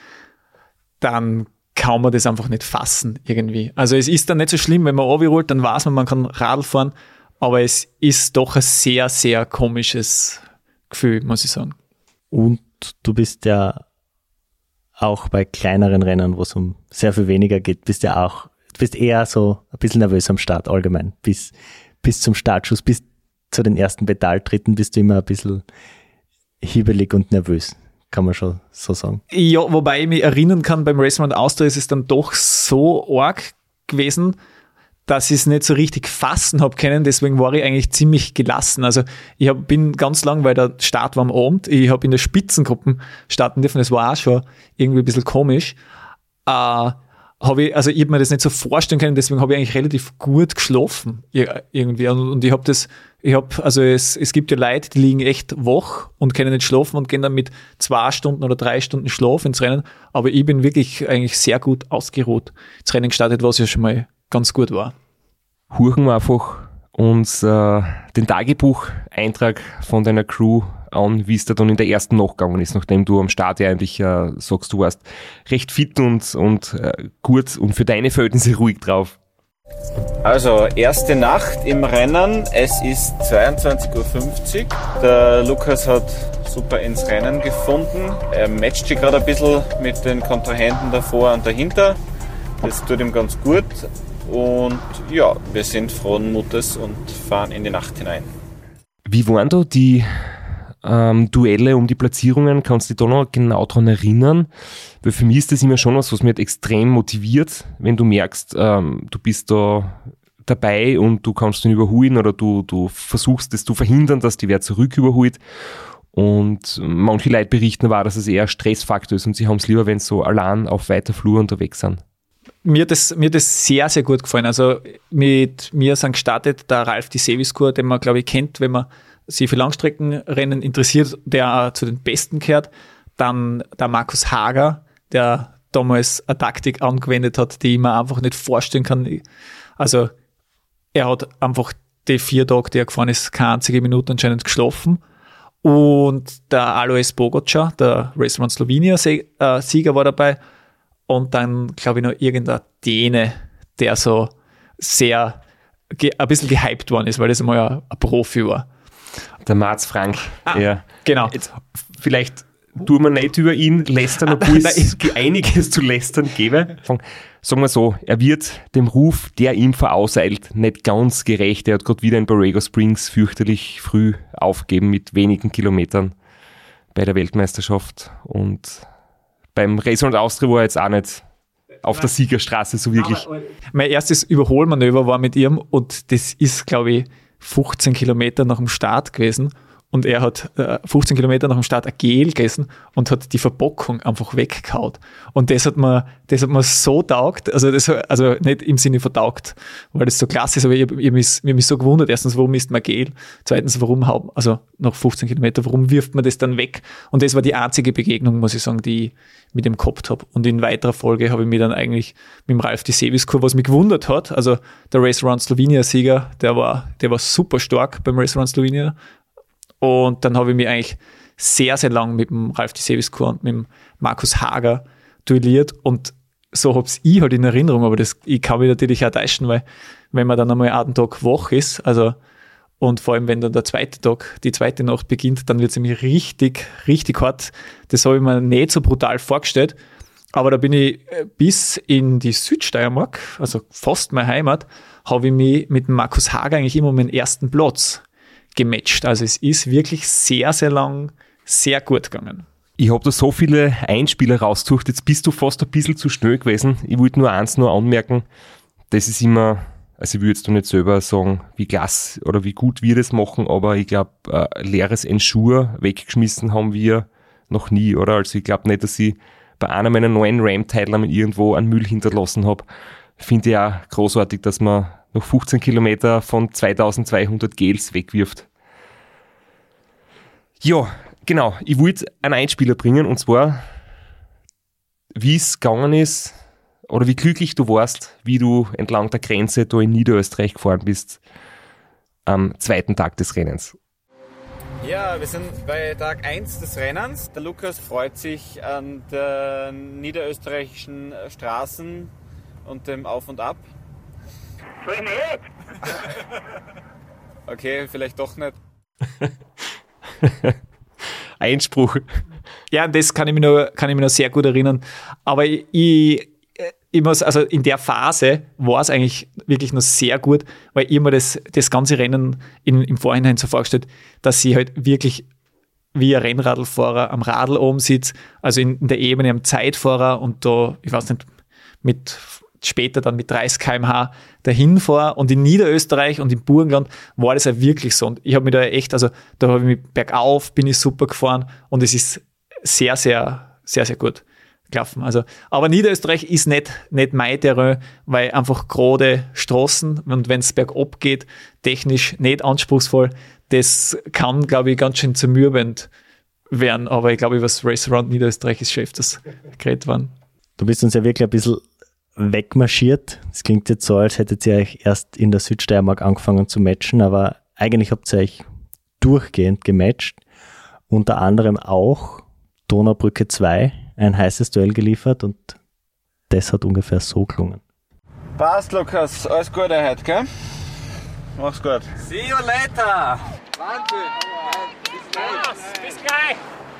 dann kann man das einfach nicht fassen irgendwie. Also es ist dann nicht so schlimm, wenn man runterrollt, dann weiß man, man kann Radl fahren, aber es ist doch ein sehr, sehr komisches Gefühl, muss ich sagen. Und du bist ja auch bei kleineren Rennen, wo es um sehr viel weniger geht, bist ja auch, du bist eher so ein bisschen nervös am Start allgemein. Bis, bis zum Startschuss, bis zu den ersten Pedaltritten bist du immer ein bisschen hibbelig und nervös, kann man schon so sagen. Ja, wobei ich mich erinnern kann, beim Race Around Austria ist es dann doch so arg gewesen, dass ich es nicht so richtig fassen habe können, deswegen war ich eigentlich ziemlich gelassen. Also ich hab, bin ganz lang, weil der Start war am Abend, ich habe in der Spitzengruppe starten dürfen, das war auch schon irgendwie ein bisschen komisch. Äh, hab ich, also ich habe mir das nicht so vorstellen können, deswegen habe ich eigentlich relativ gut geschlafen irgendwie. Und, und ich habe das, ich habe, also es, es gibt ja Leute, die liegen echt wach und können nicht schlafen und gehen dann mit zwei Stunden oder drei Stunden Schlaf ins Rennen, aber ich bin wirklich eigentlich sehr gut ausgeruht ins Rennen gestartet, was ja schon mal ganz gut war. Hurchen wir einfach uns äh, den Tagebucheintrag von deiner Crew an, wie es da dann in der ersten Nacht gegangen ist, nachdem du am Start ja eigentlich äh, sagst, du warst recht fit und, und äh, gut und für deine Verhältnisse ruhig drauf. Also, erste Nacht im Rennen, es ist zweiundzwanzig Uhr fünfzig. Der Lukas hat super ins Rennen gefunden. Er matcht sich gerade ein bisschen mit den Kontrahenten davor und dahinter. Das tut ihm ganz gut. Und ja, wir sind frohen Mutes und fahren in die Nacht hinein. Wie waren da die ähm, Duelle um die Platzierungen? Kannst du dich da noch genau daran erinnern? Weil für mich ist das immer schon was, was mich halt extrem motiviert, wenn du merkst, ähm, du bist da dabei und du kannst ihn überholen oder du, du versuchst es zu verhindern, dass die wer zurück überholt. Und manche Leute berichten aber, dass es eher ein Stressfaktor ist und sie haben es lieber, wenn sie so allein auf weiter Flur unterwegs sind. Mir hat das, mir hat das sehr, sehr gut gefallen. Also mit mir sind gestartet der Ralf Di Seviskur, den man, glaube ich, kennt, wenn man sich für Langstreckenrennen interessiert, der auch zu den Besten gehört. Dann der Markus Hager, der damals eine Taktik angewendet hat, die ich mir einfach nicht vorstellen kann. Also er hat einfach die vier Tage, die er gefahren ist, keine einzige Minute anscheinend geschlafen. Und der Alois Bogoca, der Race Around Slovenia-Sieger, war dabei. Und dann, glaube ich, noch irgendein Däne, der so sehr, ge- ein bisschen gehypt worden ist, weil das einmal ein, ein Profi war. Der Mats Frank. Ah, ja. Genau. Jetzt, vielleicht tun wir nicht über ihn lästern, obwohl es einiges zu lästern gäbe. Sagen wir so, er wird dem Ruf, der ihm vorauseilt, nicht ganz gerecht. Er hat gerade wieder in Borrego Springs fürchterlich früh aufgegeben mit wenigen Kilometern bei der Weltmeisterschaft. Und beim Race Around Austria war er jetzt auch nicht auf der Siegerstraße so wirklich. Mein erstes Überholmanöver war mit ihm und das ist, glaube ich, fünfzehn Kilometer nach dem Start gewesen. Und er hat äh, fünfzehn Kilometer nach dem Start ein Gel gegessen und hat die Verpackung einfach weggehauen. Und das hat mir, das hat mir so taugt, also das, also nicht im Sinne vertaugt, weil das so klasse ist, aber ich, ich, ich mich, mich so gewundert. Erstens, warum isst man Gel? Zweitens, warum haut, also nach fünfzehn Kilometer, warum wirft man das dann weg? Und das war die einzige Begegnung, muss ich sagen, die ich mit ihm gehabt habe. Und in weiterer Folge habe ich mich dann eigentlich mit dem Ralf Di Seviskur, was mich gewundert hat, also der Race Around Slovenia-Sieger, der war, der war super stark beim Race Around Slovenia. Und dann habe ich mich eigentlich sehr, sehr lang mit dem Ralf Di Seviskur und mit dem Markus Hager duelliert. Und so habe ich halt in Erinnerung, aber das, ich kann mich natürlich auch täuschen, weil wenn man dann einmal einen Tag wach ist, also und vor allem, wenn dann der zweite Tag, die zweite Nacht beginnt, dann wird es nämlich richtig, richtig hart. Das habe ich mir nicht so brutal vorgestellt. Aber da bin ich bis in die Südsteiermark, also fast meine Heimat, habe ich mich mit dem Markus Hager eigentlich immer um den ersten Platz gematcht. Also es ist wirklich sehr, sehr lang sehr gut gegangen. Ich habe da so viele Einspieler rausgesucht, jetzt bist du fast ein bisschen zu schnell gewesen. Ich wollte nur eins nur anmerken, das ist immer, also ich würde jetzt nicht selber sagen, wie klasse oder wie gut wir das machen, aber ich glaube, äh, leeres Ensure weggeschmissen haben wir noch nie, oder? Also ich glaube nicht, dass ich bei einer meiner neuen Ram-Teilnahmen irgendwo einen Müll hinterlassen habe. Finde ich auch großartig, dass man noch fünfzehn Kilometer von zweitausendzweihundert Gels wegwirft. Ja, genau. Ich wollte einen Einspieler bringen, und zwar, wie es gegangen ist oder wie glücklich du warst, wie du entlang der Grenze da in Niederösterreich gefahren bist am zweiten Tag des Rennens. Ja, wir sind bei Tag eins des Rennens. Der Lukas freut sich an den niederösterreichischen Straßen und dem Auf und Ab. Voll nicht! Okay, vielleicht doch nicht. Einspruch. Ja, an das kann ich mich noch, kann ich mich noch sehr gut erinnern. Aber ich, ich, ich muss, also in der Phase war es eigentlich wirklich noch sehr gut, weil ich mir das, das ganze Rennen in, im Vorhinein so vorgestellt, dass ich halt wirklich wie ein Rennradlfahrer am Radl oben sitze, also in, in der Ebene am Zeitfahrer und da, ich weiß nicht, mit später dann mit dreißig Kilometer pro Stunde dahin fahre. Und in Niederösterreich und im Burgenland war das ja wirklich so. Und ich habe mich da echt, also da habe ich mich bergauf, bin ich super gefahren und es ist sehr, sehr, sehr, sehr gut gelaufen. Also, aber Niederösterreich ist nicht, nicht mein Terrain, weil einfach gerade Straßen und wenn es bergab geht, technisch nicht anspruchsvoll, das kann, glaube ich, ganz schön zermürbend werden. Aber ich glaube, über das Race Around Niederösterreich ist schon öfters geredet worden. Du bist uns ja wirklich ein bisschen wegmarschiert. Es klingt jetzt so, als hättet ihr euch erst in der Südsteiermark angefangen zu matchen, aber eigentlich habt ihr euch durchgehend gematcht. Unter anderem auch Donaubrücke zwei, ein heißes Duell geliefert und das hat ungefähr so gelungen. Passt, Lukas. Alles Gute heute, gell? Mach's gut. See you later! Wahnsinn! Bis gleich! Bis gleich!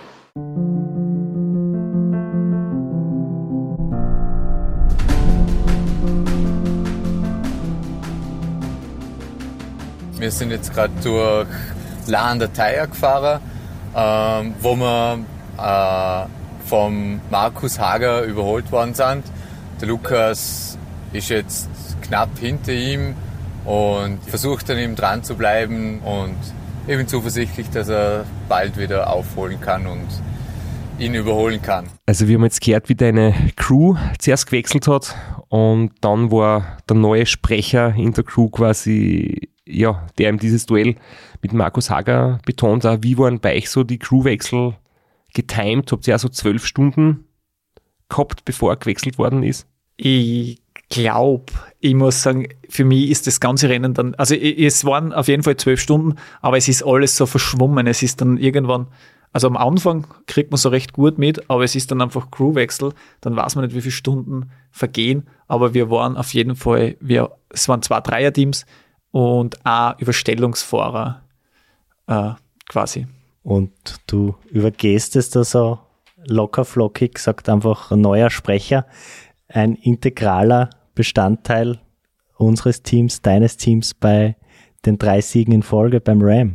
Wir sind jetzt gerade durch La an der Thaya gefahren, ähm, wo wir äh, vom Markus Hager überholt worden sind. Der Lukas ist jetzt knapp hinter ihm und versucht an ihm dran zu bleiben und ich bin zuversichtlich, dass er bald wieder aufholen kann und ihn überholen kann. Also wir haben jetzt gehört, wie deine Crew zuerst gewechselt hat und dann war der neue Sprecher in der Crew quasi, ja, der eben dieses Duell mit Markus Hager betont hat. Wie waren bei euch so die Crewwechsel getimed? Habt ihr ja so zwölf Stunden gehabt, bevor er gewechselt worden ist? Ich glaube, ich muss sagen, für mich ist das ganze Rennen dann, also es waren auf jeden Fall zwölf Stunden, aber es ist alles so verschwommen. Es ist dann irgendwann, also am Anfang kriegt man so recht gut mit, aber es ist dann einfach Crewwechsel, dann weiß man nicht, wie viele Stunden vergehen, aber wir waren auf jeden Fall, wir, es waren zwei Dreierteams und ein Überstellungsfahrer äh, quasi. Und du übergehst es da so locker flockig, sagt einfach ein neuer Sprecher, ein integraler Bestandteil unseres Teams, deines Teams bei den drei Siegen in Folge beim Ram.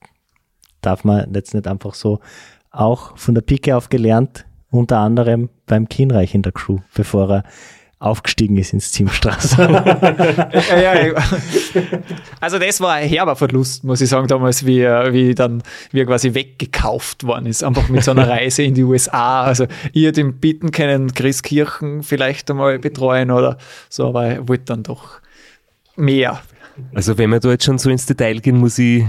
Darf man jetzt nicht einfach so, auch von der Pike auf gelernt, unter anderem beim Kienreich in der Crew, bevor er aufgestiegen ist ins Team Straße. ja, ja, also das war ein herber Verlust, muss ich sagen, damals, wie er, wie dann, wie er quasi weggekauft worden ist, einfach mit so einer Reise in die U S A. Also ich hätte ihn bitten können, Chris Kirchen vielleicht einmal betreuen oder so, aber er wollte dann doch mehr. Also wenn wir da jetzt schon so ins Detail gehen, muss ich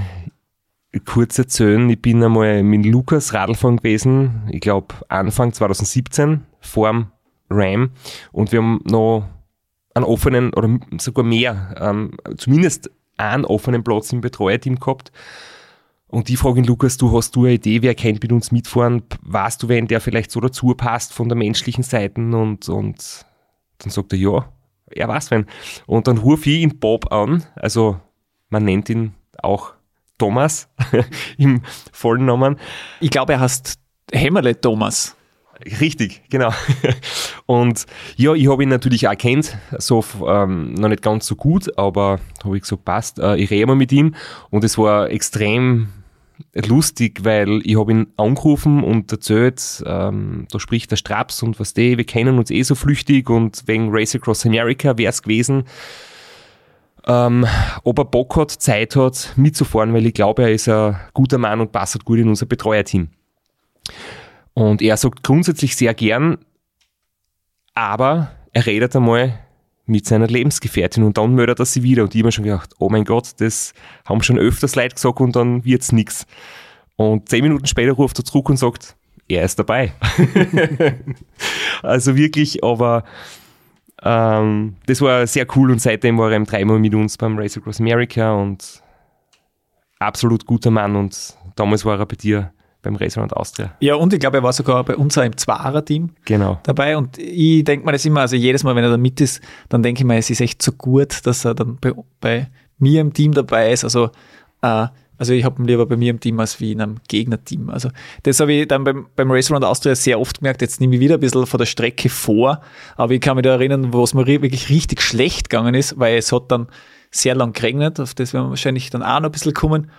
kurz erzählen, ich bin einmal mit Lukas Radlfahren gewesen, ich glaube Anfang zwanzig siebzehn, vorm Ram, und wir haben noch einen offenen oder sogar mehr, ähm, zumindest einen offenen Platz im Betreuerteam gehabt. Und ich frage ihn, Lukas, du hast du eine Idee, wer kennt mit uns mitfahren? Weißt du, wen der vielleicht so dazu passt von der menschlichen Seite? Und, und dann sagt er, ja, er weiß wen. Und dann rufe ich ihn Bob an, also man nennt ihn auch Thomas im vollen Namen. Ich glaube, er heißt Hämmerle Thomas. Richtig, genau. Und ja, ich habe ihn natürlich auch kennt, so ähm, noch nicht ganz so gut, aber habe ich gesagt, passt, äh, ich rede mal mit ihm und es war extrem lustig, weil ich habe ihn angerufen und erzählt, ähm, da spricht der Straps und was der, wir kennen uns eh so flüchtig und wegen Race Across America wäre es gewesen, ähm, ob er Bock hat, Zeit hat, mitzufahren, weil ich glaube, er ist ein guter Mann und passt gut in unser Betreuerteam. Und er sagt grundsätzlich sehr gern, aber er redet einmal mit seiner Lebensgefährtin und dann meldet er sie wieder. Und ich habe mir schon gedacht, oh mein Gott, das haben schon öfters Leute gesagt und dann wird's nix. Und zehn Minuten später ruft er zurück und sagt, er ist dabei. Also wirklich, aber ähm, das war sehr cool und seitdem war er eben dreimal mit uns beim Race Across America und absolut guter Mann und damals war er bei dir beim Race Around Austria. Ja, und ich glaube, er war sogar bei uns auch im Zweier-Team Genau. dabei. Und ich denke mir das immer, also jedes Mal, wenn er da mit ist, dann denke ich mir, es ist echt so gut, dass er dann bei, bei mir im Team dabei ist. Also, äh, also ich habe ihn lieber bei mir im Team als wie in einem Gegnerteam. Also das habe ich dann beim, beim Race Around Austria sehr oft gemerkt. Jetzt nehme ich wieder ein bisschen von der Strecke vor, aber ich kann mich da erinnern, wo es mir wirklich richtig schlecht gegangen ist, weil es hat dann sehr lang geregnet, auf das werden wir wahrscheinlich dann auch noch ein bisschen kommen.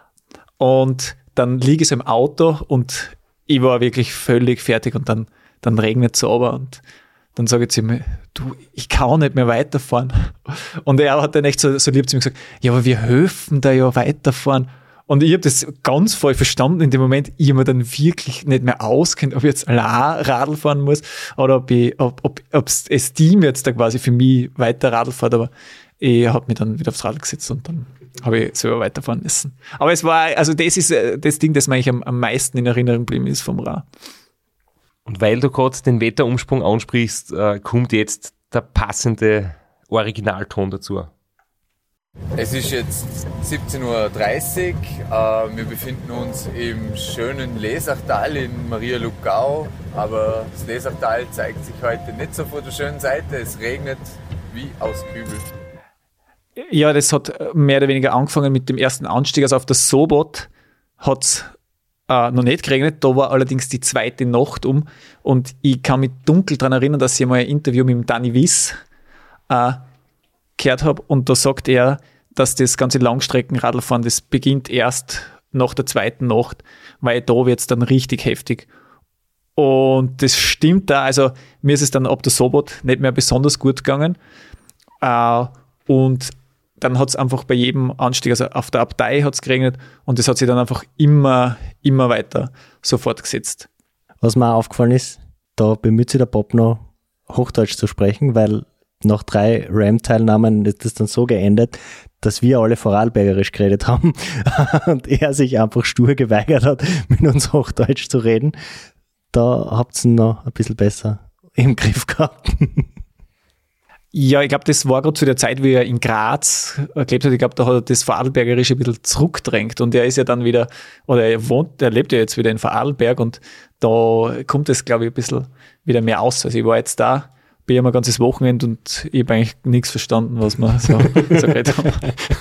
Und dann liege ich so im Auto und ich war wirklich völlig fertig und dann, dann regnet es runter und dann sage ich zu ihm, du, ich kann nicht mehr weiterfahren. Und er hat dann echt so, so lieb zu mir gesagt, ja, aber wir helfen da ja weiterfahren. Und ich habe das ganz voll verstanden in dem Moment, ich habe mir dann wirklich nicht mehr auskennt, ob ich jetzt allein Radl fahren muss oder ob, ich, ob, ob, ob das Team jetzt da quasi für mich weiter Radl fährt, aber ich habe mich dann wieder aufs Radl gesetzt und dann habe ich selber weiterfahren müssen. Aber es war, also das ist das Ding, das mir eigentlich am, am meisten in Erinnerung geblieben ist vom Ra. Und weil du gerade den Wetterumsprung ansprichst, äh, kommt jetzt der passende Originalton dazu. Es ist jetzt siebzehn Uhr dreißig, äh, wir befinden uns im schönen Lesachtal in Maria Lugau, aber das Lesachtal zeigt sich heute nicht so von der schönen Seite, es regnet wie aus Kübel. Ja, das hat mehr oder weniger angefangen mit dem ersten Anstieg. Also auf der Sobot hat es äh, noch nicht geregnet, da war allerdings die zweite Nacht um und ich kann mich dunkel daran erinnern, dass ich mal ein Interview mit dem Danny Wiss äh, gehört habe und da sagt er, dass das ganze Langstreckenradlfahren, das beginnt erst nach der zweiten Nacht, weil da wird es dann richtig heftig. Und das stimmt da, also mir ist es dann ab der Sobot nicht mehr besonders gut gegangen äh, und dann hat es einfach bei jedem Anstieg, also auf der Abtei hat es geregnet und das hat sich dann einfach immer, immer weiter so fortgesetzt. Was mir auch aufgefallen ist, da bemüht sich der Bob noch, Hochdeutsch zu sprechen, weil nach drei Ram-Teilnahmen ist das dann so geendet, dass wir alle Vorarlbergerisch geredet haben und er sich einfach stur geweigert hat, mit uns Hochdeutsch zu reden. Da habt ihr noch ein bisschen besser im Griff gehabt. Ja, ich glaube, das war gerade zu der Zeit, wie er in Graz gelebt hat. Ich glaube, da hat er das Vorarlbergerische ein bisschen zurückgedrängt und er ist ja dann wieder, oder er wohnt, er lebt ja jetzt wieder in Vorarlberg und da kommt es, glaube ich, ein bisschen wieder mehr aus. Also ich war jetzt da, bin ja mal ein ganzes Wochenende und ich habe eigentlich nichts verstanden, was wir so, so geredet haben.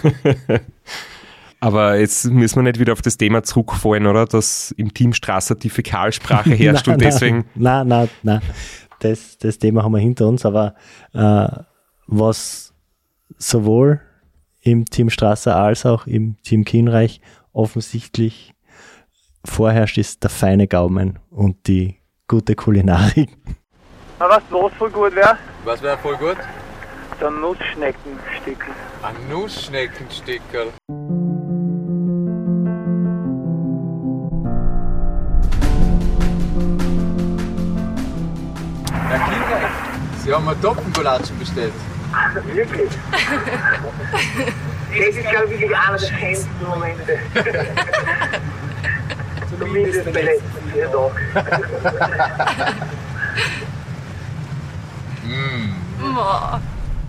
Aber jetzt müssen wir nicht wieder auf das Thema zurückfallen, oder? Dass im Team Strasser die Fäkalsprache herrscht nein, und deswegen... Nein, nein, nein. Das, das Thema haben wir hinter uns, aber äh, was sowohl im Team Strasser als auch im Team Kienreich offensichtlich vorherrscht, ist der feine Gaumen und die gute Kulinarik. Was was voll gut wäre? Was wäre voll gut? Der Nussschneckenstickel. Ein Nussschneckenstickel. Herr Kienreich, Sie haben mir Topfengolatschen bestellt. Wirklich? Das ist, glaube ich, wirklich einer der schönsten Momente. Zumindest bei letzten vier Tagen. Mm.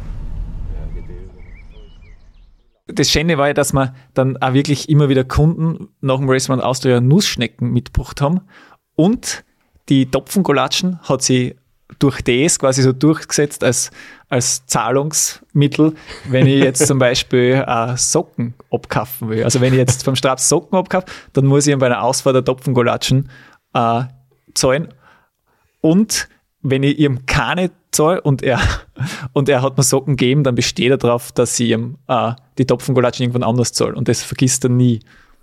Das Schöne war ja, dass wir dann auch wirklich immer wieder Kunden nach dem Race Around Austria Nussschnecken mitgebracht haben und die Topfengolatschen hat sie durch das quasi so durchgesetzt als, als Zahlungsmittel, wenn ich jetzt zum Beispiel äh, Socken abkaufen will. Also wenn ich jetzt vom Straps Socken abkaufe, dann muss ich ihm bei einer Ausfahrt der Topfengolatschen äh, zahlen. Und wenn ich ihm keine zahle und er, und er hat mir Socken gegeben, dann besteht er darauf, dass ich ihm äh, die Topfengolatschen irgendwann anders zahle. Und das vergisst er nie.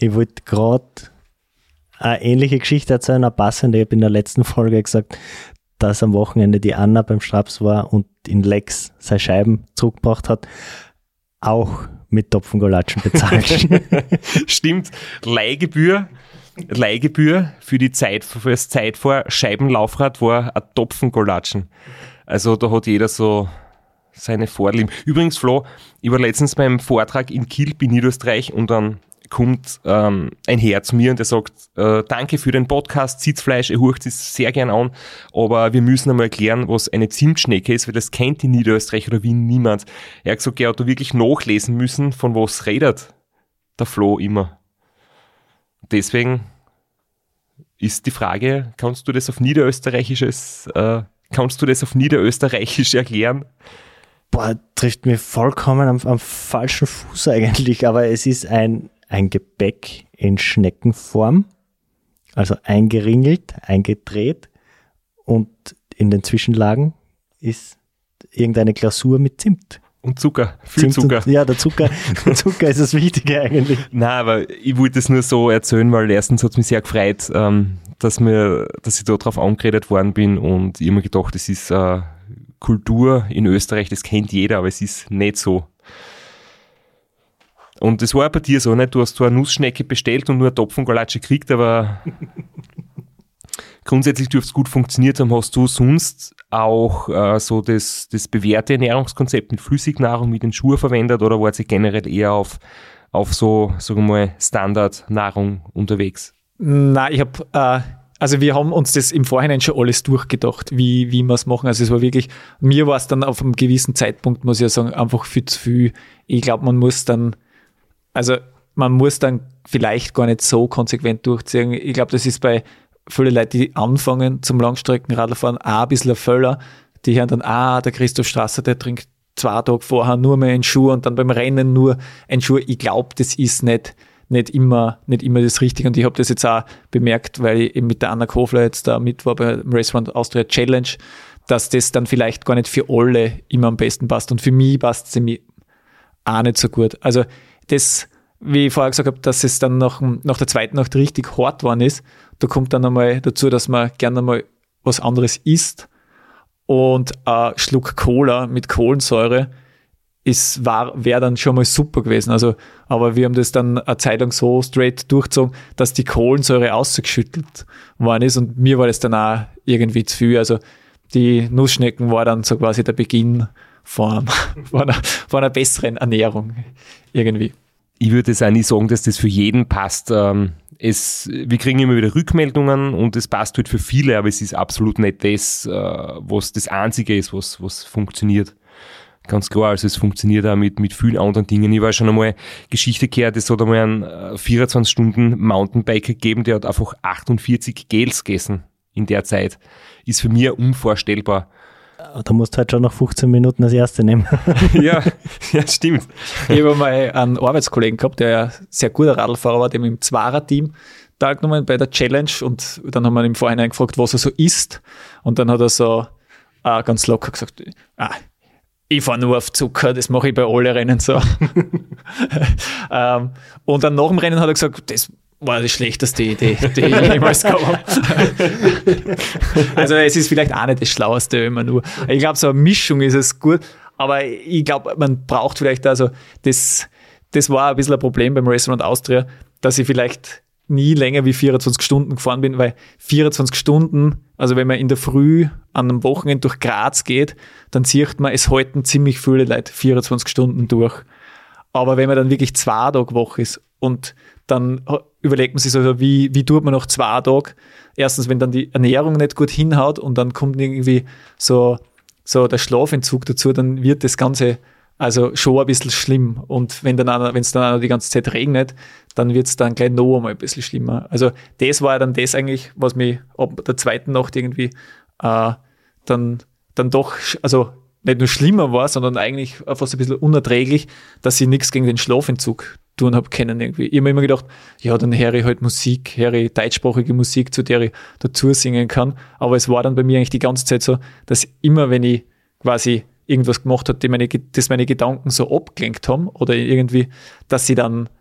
Ich wollte gerade eine ähnliche Geschichte erzählen, eine passende. Ich habe in der letzten Folge gesagt, dass am Wochenende die Anna beim Straps war und in Lex seine Scheiben zurückgebracht hat. Auch mit Topfengolatschen bezahlt. Stimmt. Leihgebühr, Leihgebühr für die Zeit, für das Zeitfahr Scheibenlaufrad war ein Topfengolatschen. Also da hat jeder so seine Vorlieben. Übrigens, Flo, ich war letztens beim Vortrag in Kiel in Niederösterreich und dann kommt ähm, ein Herr zu mir und der sagt, äh, danke für den Podcast, Sitzfleisch, er hört es sehr gern an, aber wir müssen einmal erklären, was eine Zimtschnecke ist, weil das kennt in Niederösterreich oder Wien niemand. Er hat gesagt, er hat da wirklich nachlesen müssen, von was redet der Flo immer. Deswegen ist die Frage, kannst du das auf Niederösterreichisches, äh, kannst du das auf Niederösterreichisch erklären? Boah, trifft mir vollkommen am, am falschen Fuß eigentlich, aber es ist ein, ein Gebäck in Schneckenform, also eingeringelt, eingedreht und in den Zwischenlagen ist irgendeine Glasur mit Zimt. Und Zucker, viel Zimt Zucker. Und, ja, der Zucker, der Zucker ist das Wichtige eigentlich. Nein, aber ich wollte es nur so erzählen, weil erstens hat es mich sehr gefreut, ähm, dass, mir, dass ich da drauf angeredet worden bin und ich habe mir gedacht, das ist äh, Kultur in Österreich, das kennt jeder, aber es ist nicht so. Und das war bei dir so, nicht? Du hast zwar eine Nussschnecke bestellt und nur eine Topfengolatsche gekriegt, aber grundsätzlich dürfte es gut funktioniert haben. Hast du sonst auch äh, so das, das bewährte Ernährungskonzept mit Flüssignahrung mit den Schuhen verwendet oder war sie generell eher auf, auf so, sagen wir mal, Standardnahrung unterwegs? Nein, ich habe, äh, also wir haben uns das im Vorhinein schon alles durchgedacht, wie, wie wir es machen. Also es war wirklich, mir war es dann auf einem gewissen Zeitpunkt, muss ich ja sagen, einfach viel zu viel. Ich glaube, man muss dann, also man muss dann vielleicht gar nicht so konsequent durchziehen. Ich glaube, das ist bei vielen Leuten, die anfangen zum Langstreckenradlfahren, auch ein bisschen ein Völler. Die hören dann, ah, der Christoph Strasser, der trinkt zwei Tage vorher nur mehr einen Schuh und dann beim Rennen nur einen Schuh. Ich glaube, das ist nicht, nicht, immer, nicht immer das Richtige. Und ich habe das jetzt auch bemerkt, weil ich eben mit der Anna Kofler jetzt da mit war bei Restaurant Austria Challenge, dass das dann vielleicht gar nicht für alle immer am besten passt. Und für mich passt es mir auch nicht so gut. Also das, wie ich vorher gesagt habe, dass es dann nach, nach der zweiten Nacht richtig hart geworden ist, da kommt dann einmal dazu, dass man gerne mal was anderes isst und ein Schluck Cola mit Kohlensäure ist, war, wäre dann schon mal super gewesen. Also, aber wir haben das dann eine Zeit lang so straight durchgezogen, dass die Kohlensäure ausgeschüttelt worden ist und mir war das dann auch irgendwie zu viel. Also die Nussschnecken war dann so quasi der Beginn von, von, einer, von einer besseren Ernährung irgendwie. Ich würde jetzt auch nicht sagen, dass das für jeden passt. Es, wir kriegen immer wieder Rückmeldungen und es passt halt für viele, aber es ist absolut nicht das, was das Einzige ist, was, was funktioniert. Ganz klar, also es funktioniert auch mit, mit vielen anderen Dingen. Ich war schon einmal Geschichte gehört, es hat einmal einen vierundzwanzig Stunden Mountainbiker gegeben, der hat einfach achtundvierzig Gels gegessen in der Zeit. Ist für mich unvorstellbar. Da musst du halt schon nach fünfzehn Minuten das erste nehmen. ja, ja, stimmt. Ich habe mal einen Arbeitskollegen gehabt, der ja sehr guter Radlfahrer war, dem im Zwarer-Team teilgenommen bei der Challenge und dann haben wir ihn im Vorhinein gefragt, was er so isst und dann hat er so äh, ganz locker gesagt, ah, ich fahre nur auf Zucker, das mache ich bei allen Rennen so. ähm, und dann nach dem Rennen hat er gesagt, das war die schlechteste Idee, die ich jemals gehabt habe. Also es ist vielleicht auch nicht das Schlaueste, wenn man nur, ich glaube, so eine Mischung ist es gut, aber ich glaube, man braucht vielleicht, also das, das war ein bisschen ein Problem beim Restaurant Austria, dass ich vielleicht nie länger wie vierundzwanzig Stunden gefahren bin, weil vierundzwanzig Stunden, also wenn man in der Früh an einem Wochenende durch Graz geht, dann sieht man, es halten ziemlich viele Leute vierundzwanzig Stunden durch. Aber wenn man dann wirklich zwei Tage Woche ist und dann überlegt man sich so, wie, wie tut man nach zwei Tagen? Erstens, wenn dann die Ernährung nicht gut hinhaut und dann kommt irgendwie so, so der Schlafentzug dazu, dann wird das Ganze also schon ein bisschen schlimm. Und wenn dann wenn es dann auch die ganze Zeit regnet, dann wird es dann gleich noch einmal ein bisschen schlimmer. Also das war dann das eigentlich, was mich ab der zweiten Nacht irgendwie äh, dann, dann doch, also nicht nur schlimmer war, sondern eigentlich fast ein bisschen unerträglich, dass ich nichts gegen den Schlafentzug tun habe können irgendwie. Ich habe mir immer gedacht, ja, dann höre ich halt Musik, höre ich deutschsprachige Musik, zu der ich dazu singen kann. Aber es war dann bei mir eigentlich die ganze Zeit so, dass immer, wenn ich quasi irgendwas gemacht habe, die meine, das meine Gedanken so abgelenkt haben oder irgendwie, dass sie dann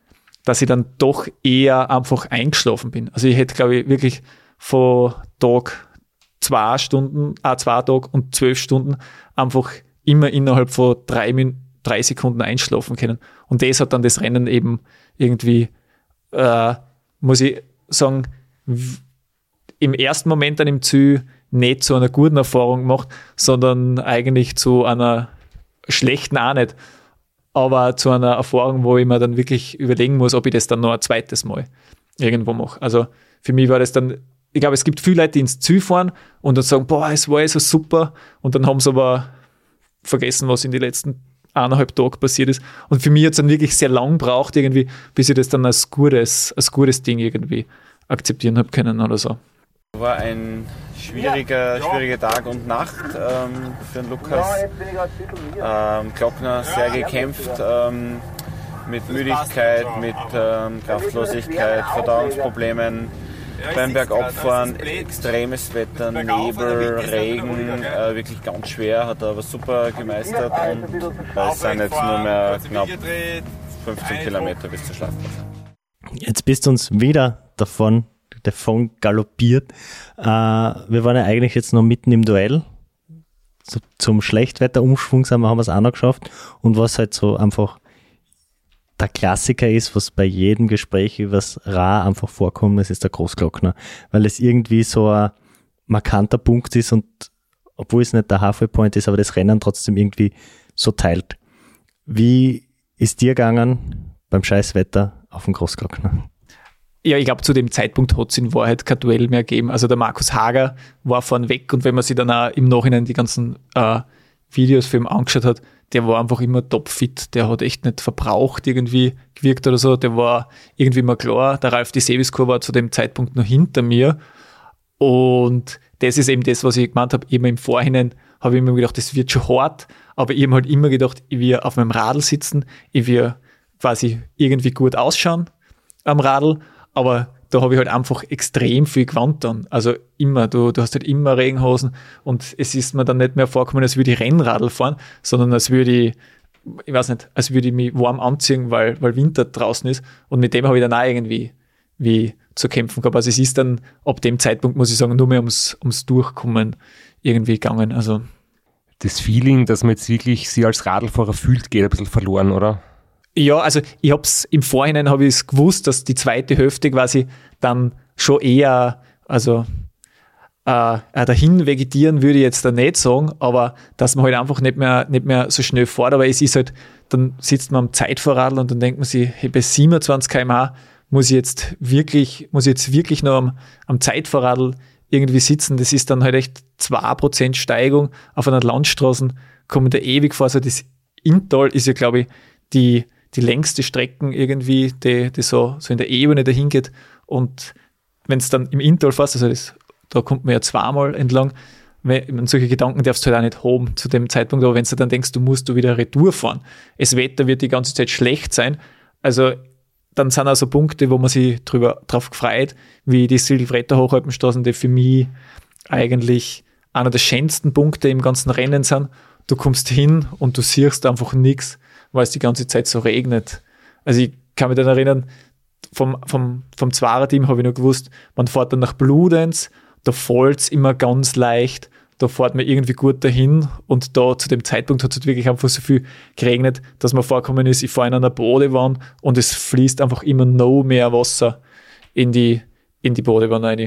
dass ich dann doch eher einfach eingeschlafen bin. Also ich hätte, glaube ich, wirklich von Tag zwei Stunden, ah, zwei Tage und zwölf Stunden einfach immer innerhalb von drei, Min- drei Sekunden einschlafen können. Und das hat dann das Rennen eben irgendwie, äh, muss ich sagen, w- im ersten Moment dann im Ziel nicht zu einer guten Erfahrung gemacht, sondern eigentlich zu einer schlechten auch nicht, aber zu einer Erfahrung, wo ich mir dann wirklich überlegen muss, ob ich das dann noch ein zweites Mal irgendwo mache. Also für mich war das dann, ich glaube, es gibt viele Leute, die ins Ziel fahren und dann sagen, boah, es war ja so super, und dann haben sie aber vergessen, was in den letzten eineinhalb Tagen passiert ist. Und für mich hat es dann wirklich sehr lang gebraucht, irgendwie, bis ich das dann als gutes, als gutes Ding irgendwie akzeptieren habe können oder so. War ein schwieriger, schwieriger Tag und Nacht ähm, für den Lukas. Ähm, Glockner sehr gekämpft ähm, mit Müdigkeit, mit ähm, Kraftlosigkeit, Verdauungsproblemen. Beim Bergabfahren extremes Wetter, Nebel, Regen, äh, wirklich ganz schwer, hat er aber super gemeistert, und es sind jetzt nur mehr knapp fünfzehn Kilometer bis zur Schlafplatz. Jetzt bist du uns wieder davon davon galoppiert. Äh, wir waren ja eigentlich jetzt noch mitten im Duell. So, zum Schlechtwetterumschwung haben wir, haben wir es auch noch geschafft. Und was halt so einfach der Klassiker ist, was bei jedem Gespräch über das Ra einfach vorkommt, das ist der Großglockner. Weil es irgendwie so ein markanter Punkt ist, und obwohl es nicht der Halfway Point ist, aber das Rennen trotzdem irgendwie so teilt. Wie ist dir gegangen beim Scheißwetter auf dem Großglockner? Ja, ich glaube, zu dem Zeitpunkt hat es in Wahrheit kein Duell mehr gegeben. Also der Markus Hager war vorn weg, und wenn man sich dann auch im Nachhinein die ganzen äh, Videos für ihn angeschaut hat, der war einfach immer topfit. Der hat echt nicht verbraucht irgendwie gewirkt oder so. Der war irgendwie mal klar. Der Ralf Di Seviskur war zu dem Zeitpunkt noch hinter mir. Und das ist eben das, was ich gemeint habe. Immer im Vorhinein habe ich immer gedacht, das wird schon hart. Aber ich habe halt immer gedacht, ich will auf meinem Radl sitzen. Ich will quasi irgendwie gut ausschauen am Radl. Aber da habe ich halt einfach extrem viel gewandt dann. Also immer, du, du hast halt immer Regenhosen, und es ist mir dann nicht mehr vorgekommen, als würde ich Rennradl fahren, sondern als würde ich, ich weiß nicht, als würde ich mich warm anziehen, weil, weil Winter draußen ist, und mit dem habe ich dann auch irgendwie wie zu kämpfen gehabt. Also es ist dann ab dem Zeitpunkt, muss ich sagen, nur mehr ums, ums Durchkommen irgendwie gegangen. Also das Feeling, dass man jetzt wirklich sie als Radlfahrer fühlt, geht ein bisschen verloren, oder? Ja, also ich habe es im Vorhinein habe ich es gewusst, dass die zweite Hälfte quasi dann schon eher, also äh, dahin vegetieren würde ich jetzt da nicht sagen, aber dass man halt einfach nicht mehr, nicht mehr so schnell fährt. Aber es ist halt, dann sitzt man am Zeitfahrradl und dann denkt man sich, hey, bei siebenundzwanzig Kilometer pro Stunde muss ich jetzt wirklich, muss ich jetzt wirklich noch am, am Zeitfahrradl irgendwie sitzen. Das ist dann halt echt zwei Prozent Steigung auf einer Landstraße, kommen da ewig vor. Also das Inntal ist ja, glaube ich, die die längste Strecken irgendwie, die, die so, so in der Ebene dahin geht. Und wenn es dann im Inntal fährst, also das, da kommt man ja zweimal entlang, wenn, solche Gedanken darfst du halt auch nicht haben zu dem Zeitpunkt, aber wenn du dann denkst, du musst du wieder Retour fahren, das Wetter wird die ganze Zeit schlecht sein, also dann sind auch so Punkte, wo man sich drüber, drauf gefreut, wie die Silvretta Hochalpenstraßen, die für mich eigentlich einer der schönsten Punkte im ganzen Rennen sind. Du kommst hin und du siehst einfach nichts, weil es die ganze Zeit so regnet. Also ich kann mich dann erinnern, vom, vom, vom Zwarer-Team habe ich noch gewusst, man fährt dann nach Bludenz, da fällt es immer ganz leicht, da fährt man irgendwie gut dahin, und da zu dem Zeitpunkt hat es wirklich einfach so viel geregnet, dass man vorgekommen ist, ich fahre in einer Badewand und es fließt einfach immer noch mehr Wasser in die, in die Badewand rein.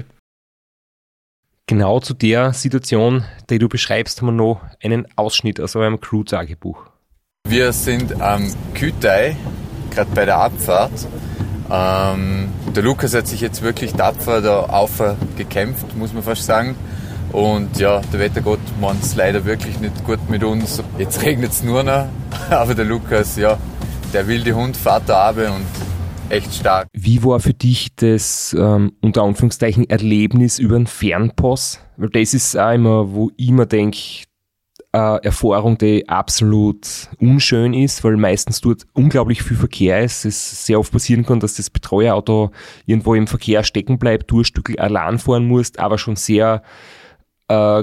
Genau zu der Situation, die du beschreibst, haben wir noch einen Ausschnitt aus eurem Crew-Tagebuch. Wir sind am Kütei, gerade bei der Abfahrt. Ähm, der Lukas hat sich jetzt wirklich tapfer da aufgekämpft, muss man fast sagen. Und ja, der Wettergott meint es leider wirklich nicht gut mit uns. Jetzt regnet es nur noch, aber der Lukas, ja, der wilde Hund fährt da runter und echt stark. Wie war für dich das ähm, unter Anführungszeichen Erlebnis über einen Fernpass? Weil das ist auch immer, wo ich mir denke, äh, Erfahrung, die absolut unschön ist, weil meistens dort unglaublich viel Verkehr ist. Es sehr oft passieren kann, dass das Betreuerauto irgendwo im Verkehr stecken bleibt, du ein Stück allein fahren musst, aber schon sehr äh,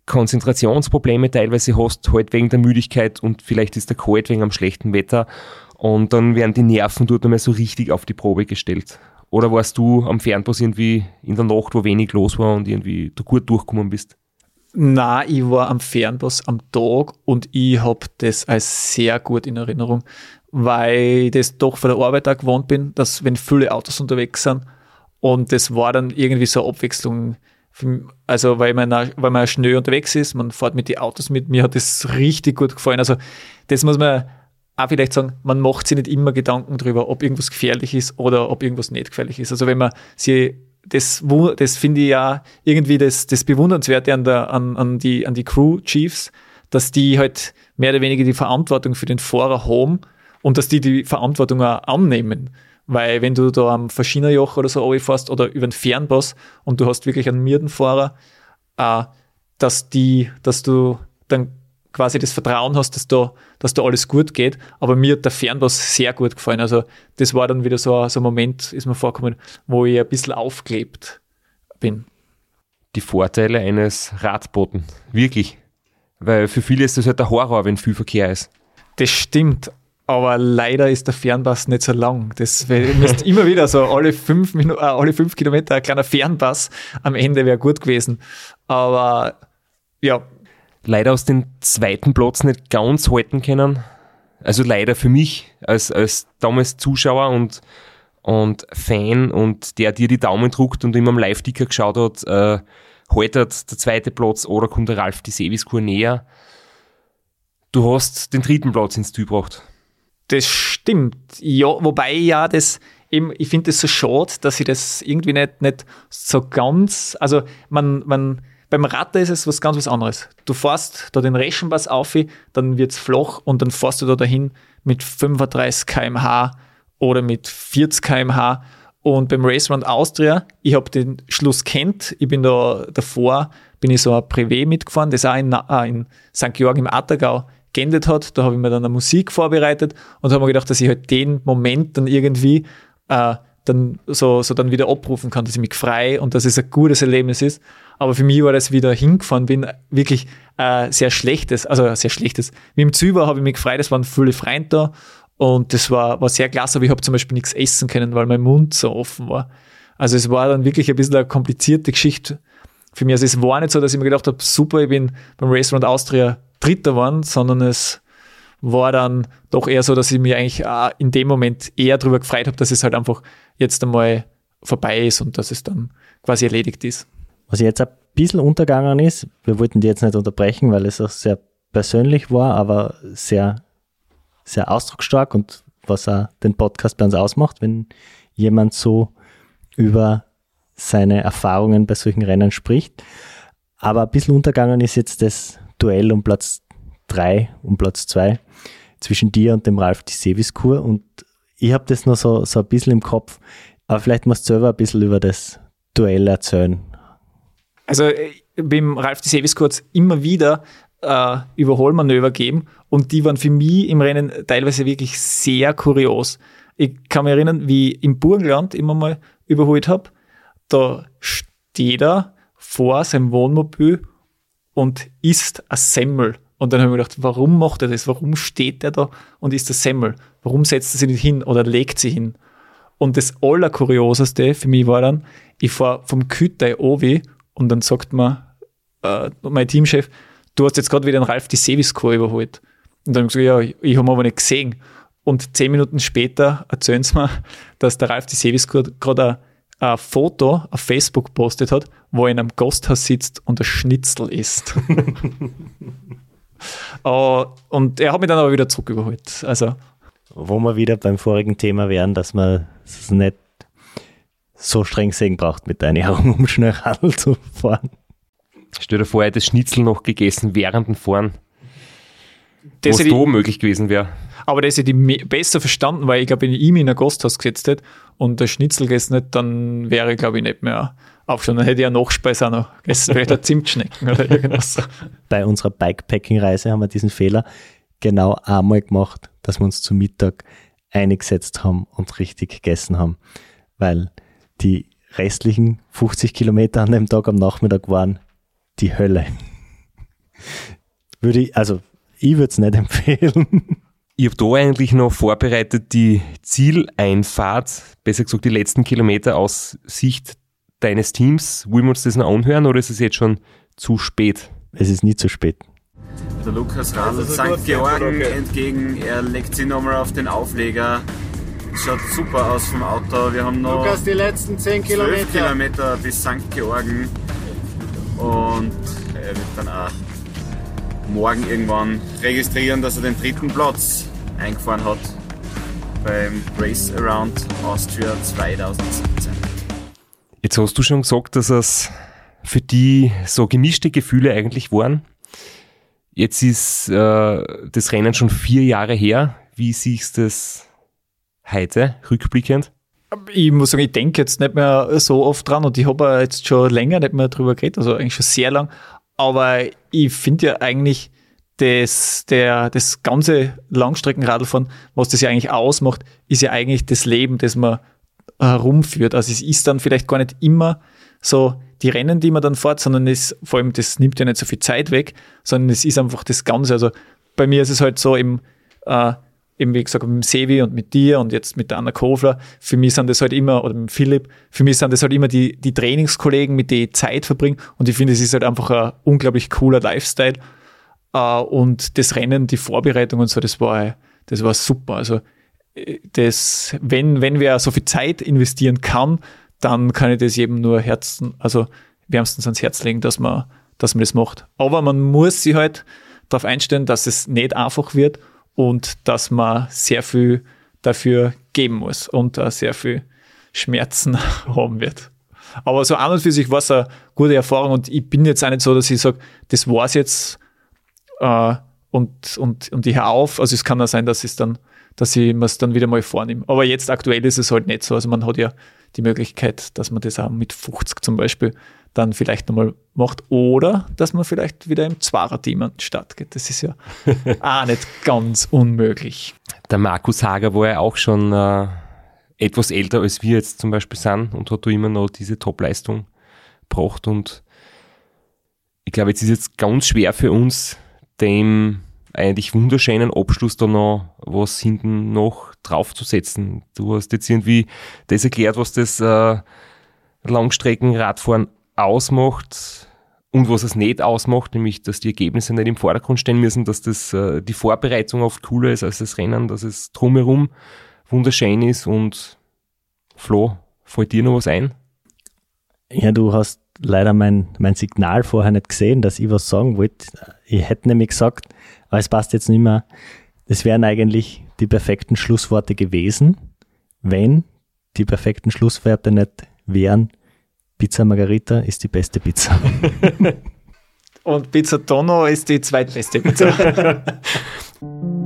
Konzentrationsprobleme teilweise hast, halt wegen der Müdigkeit, und vielleicht ist der Kalt wegen am schlechten Wetter. und dann werden die Nerven dort einmal so richtig auf die Probe gestellt. Oder warst du am Fernpass irgendwie in der Nacht, wo wenig los war und irgendwie du gut durchgekommen bist? Nein, ich war am Fernpass am Tag und ich habe das als sehr gut in Erinnerung, weil ich das doch von der Arbeit auch gewohnt bin, dass wenn viele Autos unterwegs sind und das war dann irgendwie so eine Abwechslung, also weil man, auch, weil man auch schnell unterwegs ist, man fährt mit den Autos mit, mir hat das richtig gut gefallen, also das muss man auch vielleicht sagen, man macht sich nicht immer Gedanken darüber, ob irgendwas gefährlich ist oder ob irgendwas nicht gefährlich ist, also wenn man sich Das, das finde ich ja irgendwie das, das Bewundernswerte an, der, an, an, die, an die Crew-Chiefs, dass die halt mehr oder weniger die Verantwortung für den Fahrer haben und dass die die Verantwortung auch annehmen. Weil wenn du da am Verschienerjoch oder so runterfährst oder über den Fernpass und du hast wirklich einen Mierdenfahrer, äh, dass, die, dass du dann quasi das Vertrauen hast, dass da, dass da alles gut geht. Aber mir hat der Fernpass sehr gut gefallen. Also das war dann wieder so, so ein Moment, ist mir vorgekommen, wo ich ein bisschen aufgelebt bin. Die Vorteile eines Radboten, wirklich. Weil für viele ist das halt der Horror, wenn viel Verkehr ist. Das stimmt, aber leider ist der Fernpass nicht so lang. Das müsste immer wieder so alle fünf Minuten, äh, alle fünf Kilometer ein kleiner Fernpass am Ende wäre gut gewesen. Aber ja, leider aus dem zweiten Platz nicht ganz halten können. Also leider für mich als, als damals Zuschauer und, und Fan und der dir die Daumen druckt und immer am Live-Ticker geschaut hat, äh, haltet der zweite Platz oder kommt der Ralf die Seviskur näher. Du hast den dritten Platz ins Ziel gebracht. Das stimmt. Ja, wobei ja das eben, ich finde das so schade, dass ich das irgendwie nicht, nicht so ganz, also man, man beim Radler ist es was ganz was anderes. Du fährst da den Reschenpass auf, dann wird es flach und dann fährst du da dahin mit fünfunddreißig Kilometer pro Stunde oder mit vierzig Kilometer pro Stunde. Und beim Race Around Austria, ich habe den Schluss kennt, ich bin da davor, bin ich so ein Privé mitgefahren, das auch in, äh, in Sankt Georg im Attergau geendet hat. Da habe ich mir dann eine Musik vorbereitet und habe mir gedacht, dass ich halt den Moment dann irgendwie äh, dann so, so dann wieder abrufen kann, dass ich mich frei und dass es ein gutes Erlebnis ist. Aber für mich war das wieder hingefahren, bin wirklich äh, sehr schlechtes, also sehr schlechtes. Wie im Ziel war, habe ich mich gefreut, es waren viele Freunde da und das war, war sehr klasse, aber ich habe zum Beispiel nichts essen können, weil mein Mund so offen war. Also es war dann wirklich ein bisschen eine komplizierte Geschichte für mich. Also es war nicht so, dass ich mir gedacht habe, super, ich bin beim Race Around Austria Dritter geworden, sondern es war dann doch eher so, dass ich mich eigentlich auch in dem Moment eher darüber gefreut habe, dass es halt einfach jetzt einmal vorbei ist und dass es dann quasi erledigt ist. Was jetzt ein bisschen untergegangen ist, wir wollten die jetzt nicht unterbrechen, weil es auch sehr persönlich war, aber sehr, sehr ausdrucksstark und was auch den Podcast bei uns ausmacht, wenn jemand so über seine Erfahrungen bei solchen Rennen spricht. Aber ein bisschen untergegangen ist jetzt das Duell um Platz drei und Platz zwei zwischen dir und dem Ralf die Seviskur und ich habe das noch so, so ein bisschen im Kopf, aber vielleicht musst du selber ein bisschen über das Duell erzählen. Also beim Ralf die Seviskur hat es immer wieder äh, Überholmanöver gegeben und die waren für mich im Rennen teilweise wirklich sehr kurios. Ich kann mich erinnern, wie ich im Burgenland immer mal überholt habe, da steht er vor seinem Wohnmobil und isst ein Semmel. Und dann habe ich mir gedacht, warum macht er das? Warum steht er da und isst ein Semmel? Warum setzt er sich nicht hin oder legt sie hin? Und das Allerkurioseste für mich war dann, ich fahre vom Kütei Ovi und dann sagt mir äh, mein Teamchef, du hast jetzt gerade wieder den Ralf die Seviskur überholt. Und dann habe ich gesagt, ja, ich, ich habe ihn aber nicht gesehen. Und zehn Minuten später erzählen sie mir, dass der Ralf die Seviskur gerade ein, ein Foto auf Facebook gepostet hat, wo er in einem Gasthaus sitzt und ein Schnitzel isst. uh, und er hat mich dann aber wieder zurück überholt. Also, wo wir wieder beim vorigen Thema wären, dass man es nicht so streng sehen braucht mit der Ernährung, um schnell Radl zu fahren. Stell dir vor, er hat das Schnitzel noch gegessen während dem Fahren. Das was da möglich gewesen wäre. Aber das hätte ich besser verstanden, weil ich glaube, wenn ich ihm in ein Gasthaus gesetzt hätte und der Schnitzel gegessen hätte, dann wäre ich, glaube ich, nicht mehr aufstehen. Dann hätte ich ja Nachspeise auch noch gegessen, vielleicht ein Zimtschnecken oder irgendwas. Bei unserer Bikepacking-Reise haben wir diesen Fehler genau einmal gemacht, dass wir uns zu Mittag eingesetzt haben und richtig gegessen haben, weil die restlichen fünfzig Kilometer an dem Tag am Nachmittag waren die Hölle. Würde ich, also ich würde es nicht empfehlen. Ich habe da eigentlich noch vorbereitet die Zieleinfahrt, besser gesagt die letzten Kilometer aus Sicht deines Teams. Wollen wir uns das noch anhören oder ist es jetzt schon zu spät? Es ist nie zu spät. Der Lukas radelt Sankt Georgen entgegen, er legt sich nochmal auf den Aufleger. Schaut super aus vom Auto. Wir haben noch Lukas, die letzten zehn Kilometer. zwölf Kilometer bis Sankt Georgen. Und er wird dann auch morgen irgendwann registrieren, dass er den dritten Platz eingefahren hat beim Race Around Austria zwanzig siebzehn. Jetzt hast du schon gesagt, dass es für die so gemischte Gefühle eigentlich waren. Jetzt ist äh, das Rennen schon vier Jahre her. Wie siehst du das heute, rückblickend? Ich muss sagen, ich denke jetzt nicht mehr so oft dran und ich habe jetzt schon länger nicht mehr drüber geredet, also eigentlich schon sehr lang. Aber ich finde ja eigentlich, das, der, das ganze Langstreckenradlfahren, was das ja eigentlich ausmacht, ist ja eigentlich das Leben, das man herumführt. Also es ist dann vielleicht gar nicht immer so die Rennen, die man dann fährt, sondern es, vor allem das nimmt ja nicht so viel Zeit weg, sondern es ist einfach das Ganze. Also bei mir ist es halt so im, äh, eben wie gesagt, mit dem Sevi und mit dir und jetzt mit der Anna Kofler, für mich sind das halt immer, oder mit Philipp, für mich sind das halt immer die, die Trainingskollegen, mit denen ich Zeit verbringe und ich finde, es ist halt einfach ein unglaublich cooler Lifestyle. Uh, und das Rennen, die Vorbereitung und so, das war, das war super. Also das, wenn, wenn wer so viel Zeit investieren kann, dann kann ich das jedem nur Herzen, also wärmstens ans Herz legen, dass man, dass man das macht. Aber man muss sich halt darauf einstellen, dass es nicht einfach wird und dass man sehr viel dafür geben muss und uh, sehr viel Schmerzen haben wird. Aber so an und für sich war es eine gute Erfahrung und ich bin jetzt auch nicht so, dass ich sage, das war's jetzt, Uh, und, und, und ich höre auf. Also es kann auch sein, dass, es dann, dass ich mir es dann wieder mal vornehme. Aber jetzt aktuell ist es halt nicht so. Also man hat ja die Möglichkeit, dass man das auch mit fünfzig zum Beispiel dann vielleicht nochmal macht oder dass man vielleicht wieder im Zwarer-Team an den Start geht. Das ist ja auch nicht ganz unmöglich. Der Markus Hager war ja auch schon äh, etwas älter als wir jetzt zum Beispiel sind und hat da immer noch diese Top-Leistung gebracht und ich glaube, jetzt ist es ganz schwer für uns, dem eigentlich wunderschönen Abschluss da noch was hinten noch draufzusetzen. Du hast jetzt irgendwie das erklärt, was das äh, Langstreckenradfahren ausmacht und was es nicht ausmacht, nämlich, dass die Ergebnisse nicht im Vordergrund stehen müssen, dass das äh, die Vorbereitung oft cooler ist als das Rennen, dass es drumherum wunderschön ist und Flo, fällt dir noch was ein? Ja, du hast leider mein, mein Signal vorher nicht gesehen, dass ich was sagen wollte. Ich hätte nämlich gesagt, aber es passt jetzt nicht mehr, das wären eigentlich die perfekten Schlussworte gewesen, wenn die perfekten Schlussworte nicht wären, Pizza Margherita ist die beste Pizza. Und Pizza Tonno ist die zweitbeste Pizza.